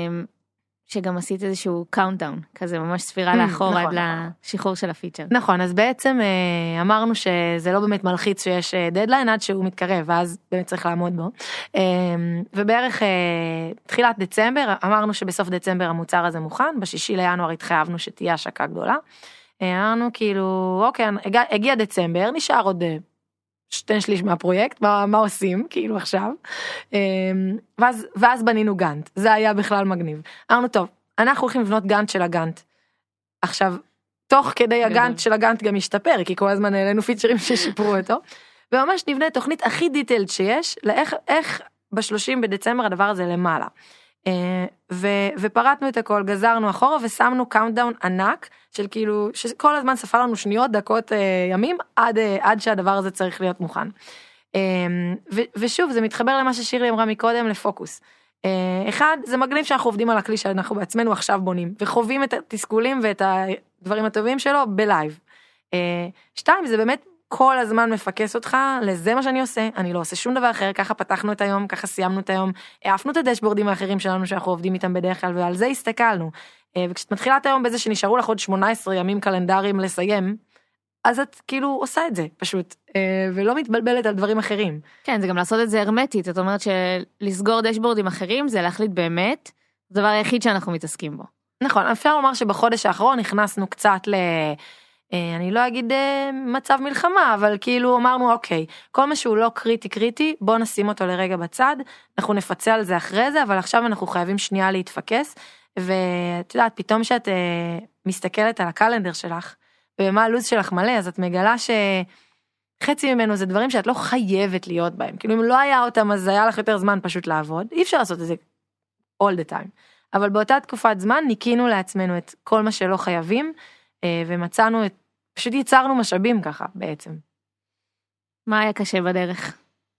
A: שגם עשית איזשהו קאונטדאון, כזה ממש ספירה לאחור
C: נכון,
A: עד לשחרור של הפיצ'ר.
C: נכון, אז בעצם אמרנו שזה לא באמת מלחיץ שיש דדליין עד שהוא מתקרב, ואז באמת צריך לעמוד בו. ובערך תחילת דצמבר, אמרנו שבסוף דצמבר המוצר הזה מוכן, בשישי לינואר התחייבנו שתהיה השקה גדולה. אמרנו כאילו, אוקיי, הגיע, הגיע דצמבר, נשאר עוד שתי שליש מהפרויקט, מה, מה עושים, כאילו עכשיו, ואז, ואז בנינו גאנט, זה היה בכלל מגניב. אמרנו, טוב, אנחנו הולכים לבנות גאנט של הגאנט. עכשיו, תוך כדי הגאנט של הגאנט גם השתפר, כי כל הזמן העלינו פיצ'רים ששיפרו אותו, וממש נבנה תוכנית הכי דיטיילד שיש, לאיך, איך בשלושים בדצמבר הדבר הזה למעלה. ו, ופרטנו את הכל, גזרנו אחורה ושמנו קאונטדאון ענק, של כאילו, שכל הזמן ספר לנו שניות, דקות, ימים, עד, עד שהדבר הזה צריך להיות מוכן. ו, ושוב, זה מתחבר למה ששירלי אמרה מקודם, לפוקוס. אחד, זה מגניב שאנחנו עובדים על הכלי שאנחנו בעצמנו עכשיו בונים, וחווים את התסכולים ואת הדברים הטובים שלו בלייב. שתיים, זה באמת כל הזמן מפקס אותך, לזה מה שאני עושה, אני לא עושה שום דבר אחר, ככה פתחנו את היום, ככה סיימנו את היום, העפנו את הדשבורדים האחרים שלנו שאנחנו עובדים איתם בדרך כלל, ועל זה הסתכלנו. וכשאת מתחילה את היום בזה שנשארו לך עוד שמונה עשרה ימים קלנדריים לסיים, אז את כאילו עושה את זה פשוט, ולא מתבלבלת על דברים אחרים.
A: כן, זה גם לעשות את זה הרמטית, זאת אומרת שלסגור דשבורדים אחרים, זה להחליט באמת, זה הדבר היחיד שאנחנו מתעסקים בו.
C: נכון, אפשר לומר שבחודש האחרון נכנסנו קצת ל... אני לא אגיד מצב מלחמה, אבל כאילו אמרנו, אוקיי, כל מה שהוא לא קריטי קריטי, בוא נשים אותו לרגע בצד, אנחנו נפצה על זה אחרי זה, אבל עכשיו אנחנו חייבים שנייה להתפקס, ואת יודעת, פתאום שאת מסתכלת על הקלנדר שלך, ומה הלו"ז שלך מלא, אז את מגלה שחצי ממנו זה דברים שאת לא חייבת להיות בהם, כאילו אם לא היה אותם, אז היה לך יותר זמן פשוט לעבוד, אי אפשר לעשות את זה all the time, אבל באותה תקופת זמן ניקינו לעצמנו את כל מה שלא חייבים, ומצאנו את, פשוט ייצרנו משאבים ככה בעצם.
A: מה היה קשה בדרך?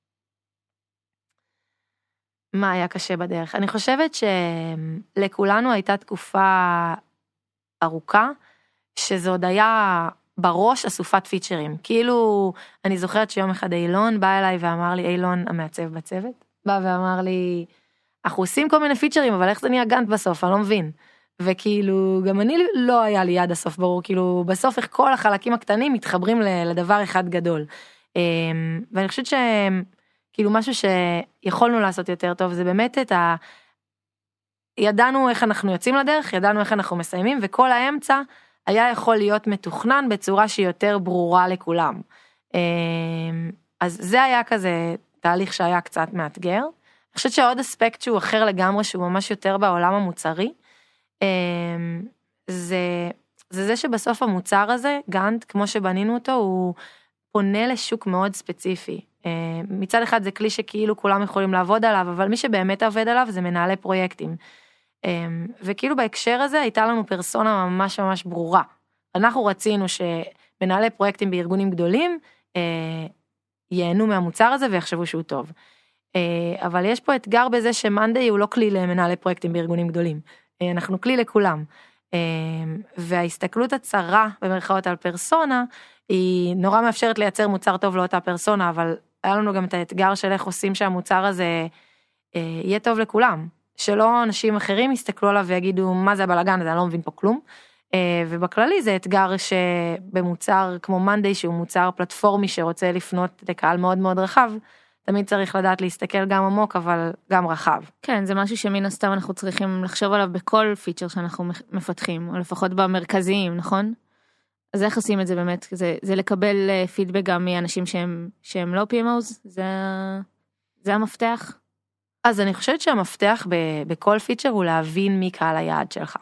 C: מה היה קשה בדרך? אני חושבת שלכולנו הייתה תקופה ארוכה, שזה עוד היה בראש אסופת פיצ'רים. כאילו, אני זוכרת שיום אחד אילון בא אליי ואמר לי, אילון המעצב בצוות, בא ואמר לי, אנחנו עושים כל מיני פיצ'רים, אבל איך זה נהיה גאנט בסוף? אני לא מבין. וכאילו, גם אני לא היה לי יד הסוף ברור, כאילו, בסוף איך כל החלקים הקטנים מתחברים לדבר אחד גדול. ואני חושבת שכאילו משהו שיכולנו לעשות יותר טוב, זה באמת את ה... ידענו איך אנחנו יוצאים לדרך, ידענו איך אנחנו מסיימים, וכל האמצע היה יכול להיות מתוכנן בצורה שהיא יותר ברורה לכולם. אז זה היה כזה תהליך שהיה קצת מאתגר. אני חושבת שעוד אספקט שהוא אחר לגמרי, שהוא ממש יותר בעולם המוצרי, זה, זה זה שבסוף המוצר הזה, גאנט, כמו שבנינו אותו, הוא פונה לשוק מאוד ספציפי. מצד אחד זה כלי שכאילו כולם יכולים לעבוד עליו, אבל מי שבאמת עובד עליו זה מנהלי פרויקטים. וכאילו בהקשר הזה הייתה לנו פרסונה ממש ממש ברורה. אנחנו רצינו שמנהלי פרויקטים בארגונים גדולים ייהנו מהמוצר הזה ויחשבו שהוא טוב. אבל יש פה אתגר בזה שמאנדיי הוא לא כלי למנהלי פרויקטים בארגונים גדולים. אנחנו כלי לכולם. וההסתכלות הצרה במרכאות על פרסונה, היא נורא מאפשרת לייצר מוצר טוב לאותה פרסונה, אבל היה לנו גם את האתגר של איך עושים שהמוצר הזה יהיה טוב לכולם. שלא אנשים אחרים יסתכלו עליו ויגידו, מה זה הבלגן הזה, אני לא מבין פה כלום. ובכללי זה אתגר שבמוצר כמו Monday, שהוא מוצר פלטפורמי שרוצה לפנות לקהל מאוד מאוד רחב, תמיד צריך לדעת להסתכל גם עמוק, אבל גם רחב.
A: כן, זה משהו שמן הסתם אנחנו צריכים לחשוב עליו בכל פיצ'ר שאנחנו מפתחים, או לפחות במרכזיים, נכון? אז איך עושים את זה באמת? זה, זה לקבל פידבק גם מאנשים שהם, שהם לא פי אם או'ס? זה, זה המפתח?
C: אז אני חושבת שהמפתח ב, בכל פיצ'ר הוא להבין מי קהל היעד שלך.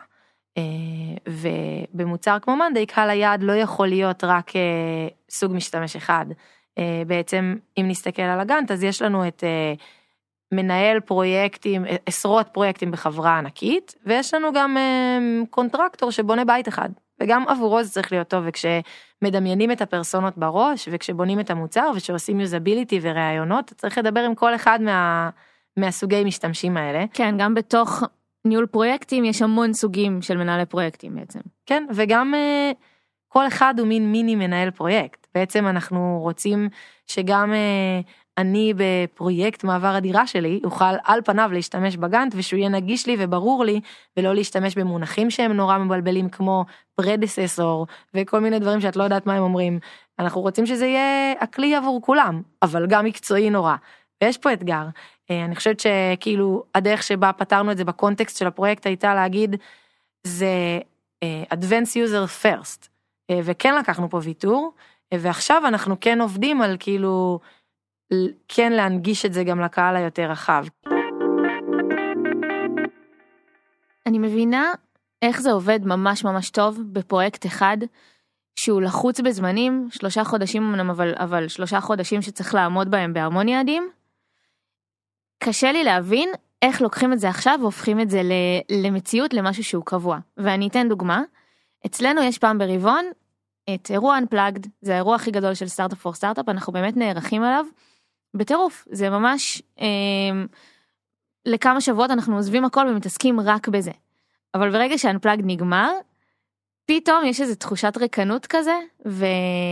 C: ובמוצר כמו Monday, קהל היעד לא יכול להיות רק סוג משתמש אחד. בעצם אם נסתכל על הגאנט, אז יש לנו את מנהל פרויקטים, עשרות פרויקטים בחברה ענקית, ויש לנו גם קונטרקטור שבונה בית אחד, וגם עבורו זה צריך להיות טוב, וכשמדמיינים את הפרסונות בראש, וכשבונים את המוצר, וכשעושים יוזביליטי ורעיונות, צריך לדבר עם כל אחד מה, מהסוגי משתמשים האלה.
A: כן, גם בתוך ניהול פרויקטים, יש המון סוגים של מנהלי פרויקטים בעצם.
C: כן, וגם כל אחד הוא מין מיני מנהל פרויקט. בעצם אנחנו רוצים שגם אני בפרויקט מעבר הדירה שלי, אוכל על פניו להשתמש בגאנט, ושהוא יהיה נגיש לי וברור לי, ולא להשתמש במונחים שהם נורא מבלבלים, כמו predecessor, וכל מיני דברים שאת לא יודעת מה הם אומרים. אנחנו רוצים שזה יהיה הכלי עבור כולם, אבל גם מקצועי נורא. ויש פה אתגר. אני חושבת שכאילו הדרך שבה פתרנו את זה בקונטקסט של הפרויקט, הייתה להגיד, זה advanced user first. וכן לקחנו פה ויתור, ועכשיו אנחנו כן עובדים על כאילו, כן להנגיש את זה גם לקהל היותר רחב.
A: אני מבינה איך זה עובד ממש ממש טוב בפרויקט אחד, שהוא לחוץ בזמנים, שלושה חודשים, אבל, אבל שלושה חודשים שצריך לעמוד בהם בהמון יעדים. קשה לי להבין איך לוקחים את זה עכשיו והופכים את זה למציאות, למשהו שהוא קבוע. ואני אתן דוגמה. אצלנו יש פעם ברבעון את אירוע Unplugged, זה האירוע הכי גדול של סטארט-אפ פור סטארט-אפ, אנחנו באמת נערכים עליו בטירוף. זה ממש, אה, לכמה שבועות אנחנו עוזבים הכל ומתעסקים רק בזה. אבל ברגע ש-Unplugged נגמר, פתאום יש איזו תחושת ריקנות כזה, ו...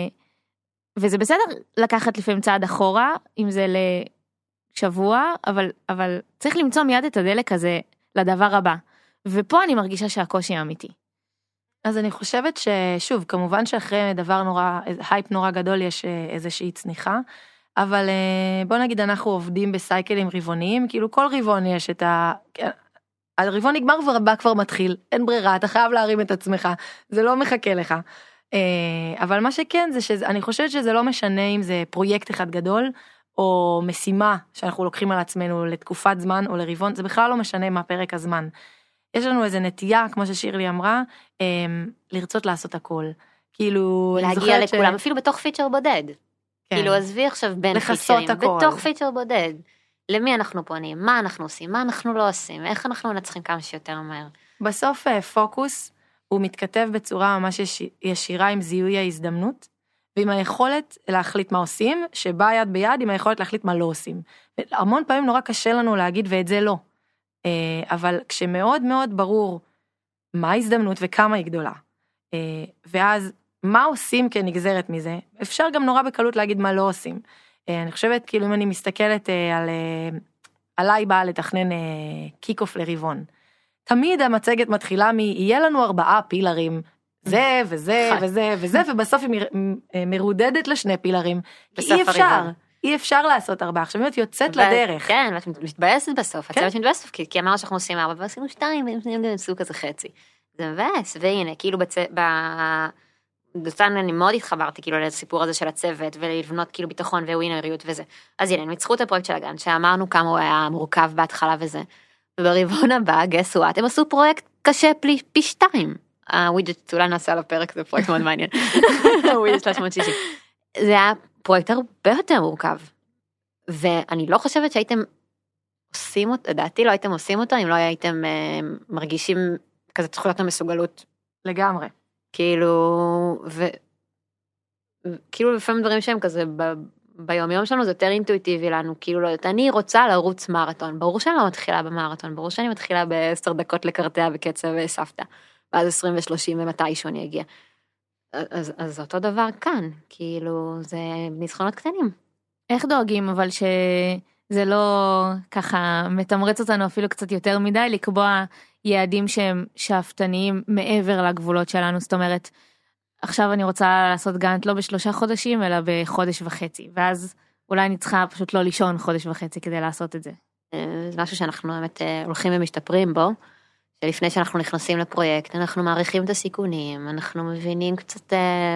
A: וזה בסדר לקחת לפעמים צעד אחורה, אם זה לשבוע, אבל, אבל צריך למצוא מיד את הדלק הזה לדבר הבא. ופה אני מרגישה שהקושי האמיתי.
C: אז אני חושבת ששוב, כמובן שאחרי דבר נורא, הייפ נורא גדול יש איזושהי צניחה, אבל בוא נגיד אנחנו עובדים בסייקלים רבעוניים, כאילו כל רבעון יש את ה... הרבעון נגמר והבא כבר מתחיל, אין ברירה, אתה חייב להרים את עצמך, זה לא מחכה לך. אבל מה שכן זה שאני חושבת שזה לא משנה אם זה פרויקט אחד גדול, או משימה שאנחנו לוקחים על עצמנו לתקופת זמן או לרבעון, זה בכלל לא משנה מה פרק הזמן. יש לנו איזה נטייה, כמו ששירלי אמרה, לרצות לעשות הכל. כאילו,
D: להגיע לכולם, אפילו בתוך פיצ'ר בודד. כאילו, עזבי עכשיו בין פיצ'רים, בתוך פיצ'ר בודד. למי אנחנו פונים, מה אנחנו עושים, מה אנחנו לא עושים, איך אנחנו מנצחים כמה שיותר מהר.
C: בסוף פוקוס, הוא מתכתב בצורה ממש ישירה עם זיהוי ההזדמנות, ועם היכולת להחליט מה עושים, שבא יד ביד עם היכולת להחליט מה לא עושים. המון פעמים נורא קשה לנו להגיד, ואת זה לא. אבל כשמאוד מאוד ברור מה ההזדמנות וכמה היא גדולה, ואז מה עושים כנגזרת מזה, אפשר גם נורא בקלות להגיד מה לא עושים. אני חושבת, כאילו אם אני מסתכלת על, עליי באה לתכנן קיק-אוף לרבעון, תמיד המצגת מתחילה מ, יהיה לנו ארבעה פילרים, זה וזה וזה וזה, ובסוף היא מרודדת לשני פילרים, כי אי אפשר. אי אפשר לעשות ארבעה, עכשיו באמת יוצאת לדרך.
D: כן, ואת מתבאסת בסוף, הצוות מתבאסת, כי אמרנו שאנחנו עושים ארבע, ועשינו שתיים, והם גם עשו כזה חצי. זה מבאס, והנה, כאילו בדותן אני מאוד התחברתי כאילו לסיפור הזה של הצוות, ולבנות כאילו ביטחון ווינריות וזה. אז הנה, הם ניצחו את הפרויקט של הגן, שאמרנו כמה הוא היה מורכב בהתחלה וזה, וברבעון הבא, גסו, הם עשו פרויקט קשה פי שתיים. הווידג'ט, אולי נעשה על הפרק, זה פרויקט מאוד מעניין. הווידג'ט שלוש מאות שישים. זה היה פרויקט הרבה יותר מורכב, ואני לא חושבת שהייתם עושים אותו, דעתי לא הייתם עושים אותו, אם לא הייתם אה, מרגישים כזה תחושות המסוגלות.
C: לגמרי.
D: כאילו, ו... כאילו לפעמים דברים שהם כזה, ב... ביום יום שלנו זה יותר אינטואיטיבי לנו, כאילו לא יודעת, אני רוצה לרוץ מרתון, ברור שאני לא מתחילה במרתון, ברור שאני מתחילה בעשר דקות לקרטע בקצב סבתא, ואז עשרים ושלושים ומתישהו אני אגיע. אז, אז אותו דבר כאן, כאילו, זה ניצחונות קטנים.
A: איך דואגים, אבל ש... זה לא ככה מתמרץ אותנו אפילו קצת יותר מדי לקבוע יעדים שהם שאפתניים מעבר לגבולות שלנו, זאת אומרת, עכשיו אני רוצה לעשות גאנט לא בשלושה חודשים, אלא בחודש וחצי, ואז אולי אני צריכה פשוט לא לישון חודש וחצי כדי לעשות את זה.
D: זה משהו שאנחנו באמת הולכים ומשתפרים בו, שלפני שאנחנו נכנסים לפרויקט, אנחנו מעריכים את הסיכונים, אנחנו מבינים קצת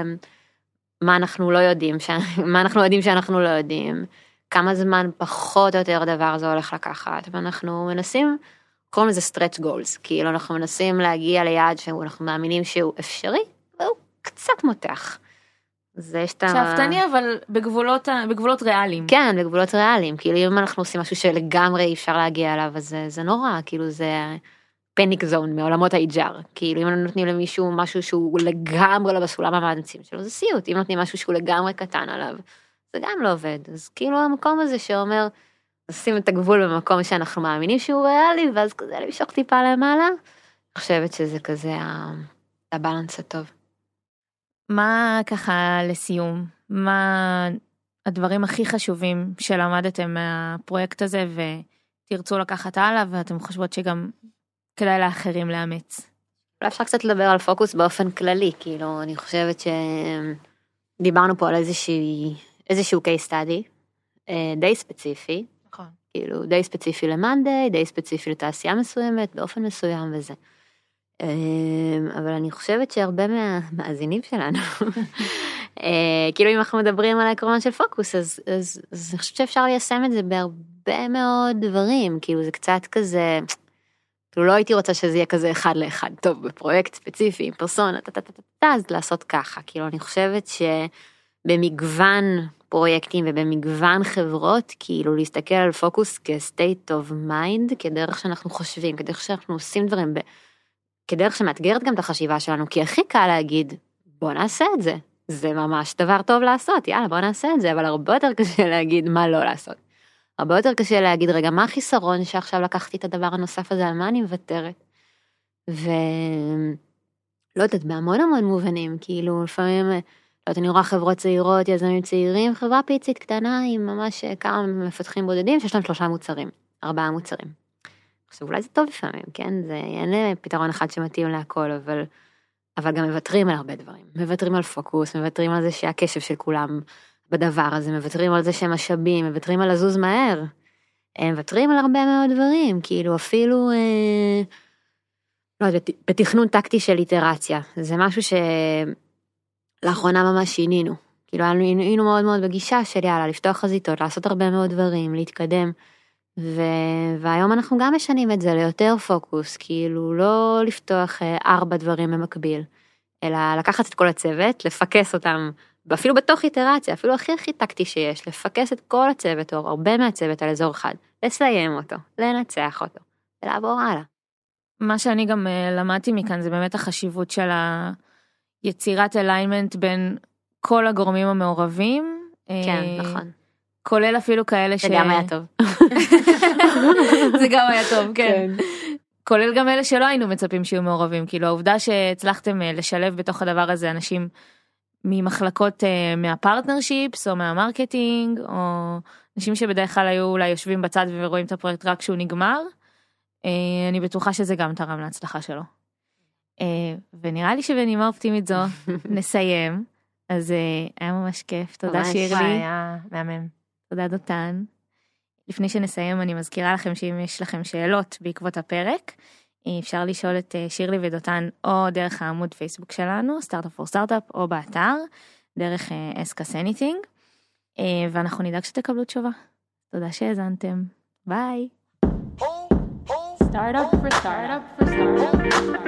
D: מה אנחנו לא יודעים, מה אנחנו יודעים שאנחנו לא יודעים, כמה זמן פחות או יותר הדבר הזה הולך לקחת, ואנחנו מנסים, קוראים לזה stretch goals, כאילו אנחנו מנסים להגיע ליעד שאנחנו מאמינים שהוא אפשרי, והוא קצת מותח. זה יש את ה...
A: שאפתני, אבל בגבולות, בגבולות ריאליים.
D: כן, בגבולות ריאליים, כאילו אם אנחנו עושים משהו שלגמרי אי אפשר להגיע אליו, אז זה, זה נורא, כאילו זה פניק זון מעולמות האיג'ר, כאילו אם נותנים למישהו משהו שהוא לגמרי לא בסולם המאמצים שלו, זה סיוט, אם נותנים משהו שהוא לגמרי קטן עליו, זה גם לא עובד, אז כאילו המקום הזה שאומר, נשים את הגבול במקום שאנחנו מאמינים שהוא ריאלי, ואז כזה למשוך טיפה למעלה, אני חושבת שזה כזה הבלנס הטוב.
A: מה ככה לסיום, מה הדברים הכי חשובים שלמדתם מהפרויקט הזה ותרצו לקחת הלאה ואתם חושבות שגם כדאי לאחרים לאמץ?
D: אולי אפשר קצת לדבר על פוקוס באופן כללי, כאילו אני חושבת שדיברנו פה על איזשהו, איזשהו case study די ספציפי,
C: נכון.
D: כאילו די ספציפי למאנדיי, די ספציפי לתעשייה מסוימת, באופן מסוים וזה. אבל אני חושבת שהרבה מהמאזינים שלנו, כאילו אם אנחנו מדברים על העקרון של פוקוס, אז, אז, אז אני חושבת שאפשר ליישם את זה בהרבה מאוד דברים, כאילו זה קצת כזה, כאילו לא הייתי רוצה שזה יהיה כזה אחד לאחד, טוב, בפרויקט ספציפי, עם פרסונה, אז לעשות ככה, כאילו אני חושבת שבמגוון פרויקטים ובמגוון חברות, כאילו להסתכל על פוקוס כ-state of mind, כדרך שאנחנו חושבים, כדרך שאנחנו עושים דברים ב... כדרך שמאתגרת גם את החשיבה שלנו, כי הכי קל להגיד, בוא נעשה את זה, זה ממש דבר טוב לעשות, יאללה בוא נעשה את זה, אבל הרבה יותר קשה להגיד מה לא לעשות. הרבה יותר קשה להגיד, רגע, מה החיסרון שעכשיו לקחתי את הדבר הנוסף הזה, על מה אני מוותרת? ולא יודעת, בהמון המון מובנים, כאילו לפעמים, לא יודעת, אני רואה חברות צעירות, יזמים צעירים, חברה פיצית קטנה, עם ממש כמה מפתחים בודדים, שיש להם שלושה מוצרים, ארבעה מוצרים. עכשיו, אולי זה טוב לפעמים, כן? זה אין פתרון אחד שמתאים להכל, אבל, אבל גם מבטרים על הרבה דברים. מבטרים על פוקוס, מבטרים על זה שהקשב של כולם בדבר הזה, מבטרים על זה שהם משאבים, מבטרים על לזוז מהר. הם מבטרים על הרבה מאוד דברים, כאילו אפילו, אה, לא יודעת, בתכנון טקטי של איטרציה. זה משהו שלאחרונה ממש שינינו. כאילו היינו מאוד מאוד בגישה של יאללה, לפתוח חזיתות, לעשות הרבה מאוד דברים, להתקדם. ו... והיום אנחנו גם משנים את זה ליותר פוקוס, כאילו לא לפתוח ארבע דברים במקביל, אלא לקחת את כל הצוות, לפקס אותם, אפילו בתוך איטרציה, אפילו הכי הכי טקטי שיש, לפקס את כל הצוות, או הרבה מהצוות על אזור אחד, לסיים אותו, לנצח אותו, ולעבור הלאה.
A: מה שאני גם למדתי מכאן, זה באמת החשיבות של היצירת אליימנט בין כל הגורמים המעורבים.
D: כן, נכון.
A: כולל אפילו כאלה ש...
D: זה גם היה טוב.
A: זה גם היה טוב, כן. כולל גם אלה שלא היינו מצפים שיהיו מעורבים, כאילו העובדה שהצלחתם לשלב בתוך הדבר הזה אנשים ממחלקות מהפרטנרשיפס או מהמרקטינג, או אנשים שבדרך כלל היו אולי יושבים בצד ורואים את הפרויקט רק כשהוא נגמר, אני בטוחה שזה גם תרם להצלחה שלו. ונראה לי שבנימה אופטימית זו נסיים, אז היה ממש כיף, תודה שירלי.
C: היה מהמם.
A: תודה דותן. לפני שנסיים אני מזכירה לכם שאם יש לכם שאלות בעקבות הפרק, אפשר לשאול את שירלי ודותן או דרך העמוד פייסבוק שלנו, סטארט-אפ פור סטארט-אפ, או באתר, דרך Ask Us Anything, ואנחנו נדאג שתקבלו תשובה. תודה שהאזנתם. ביי.
B: Startup for startup for startup.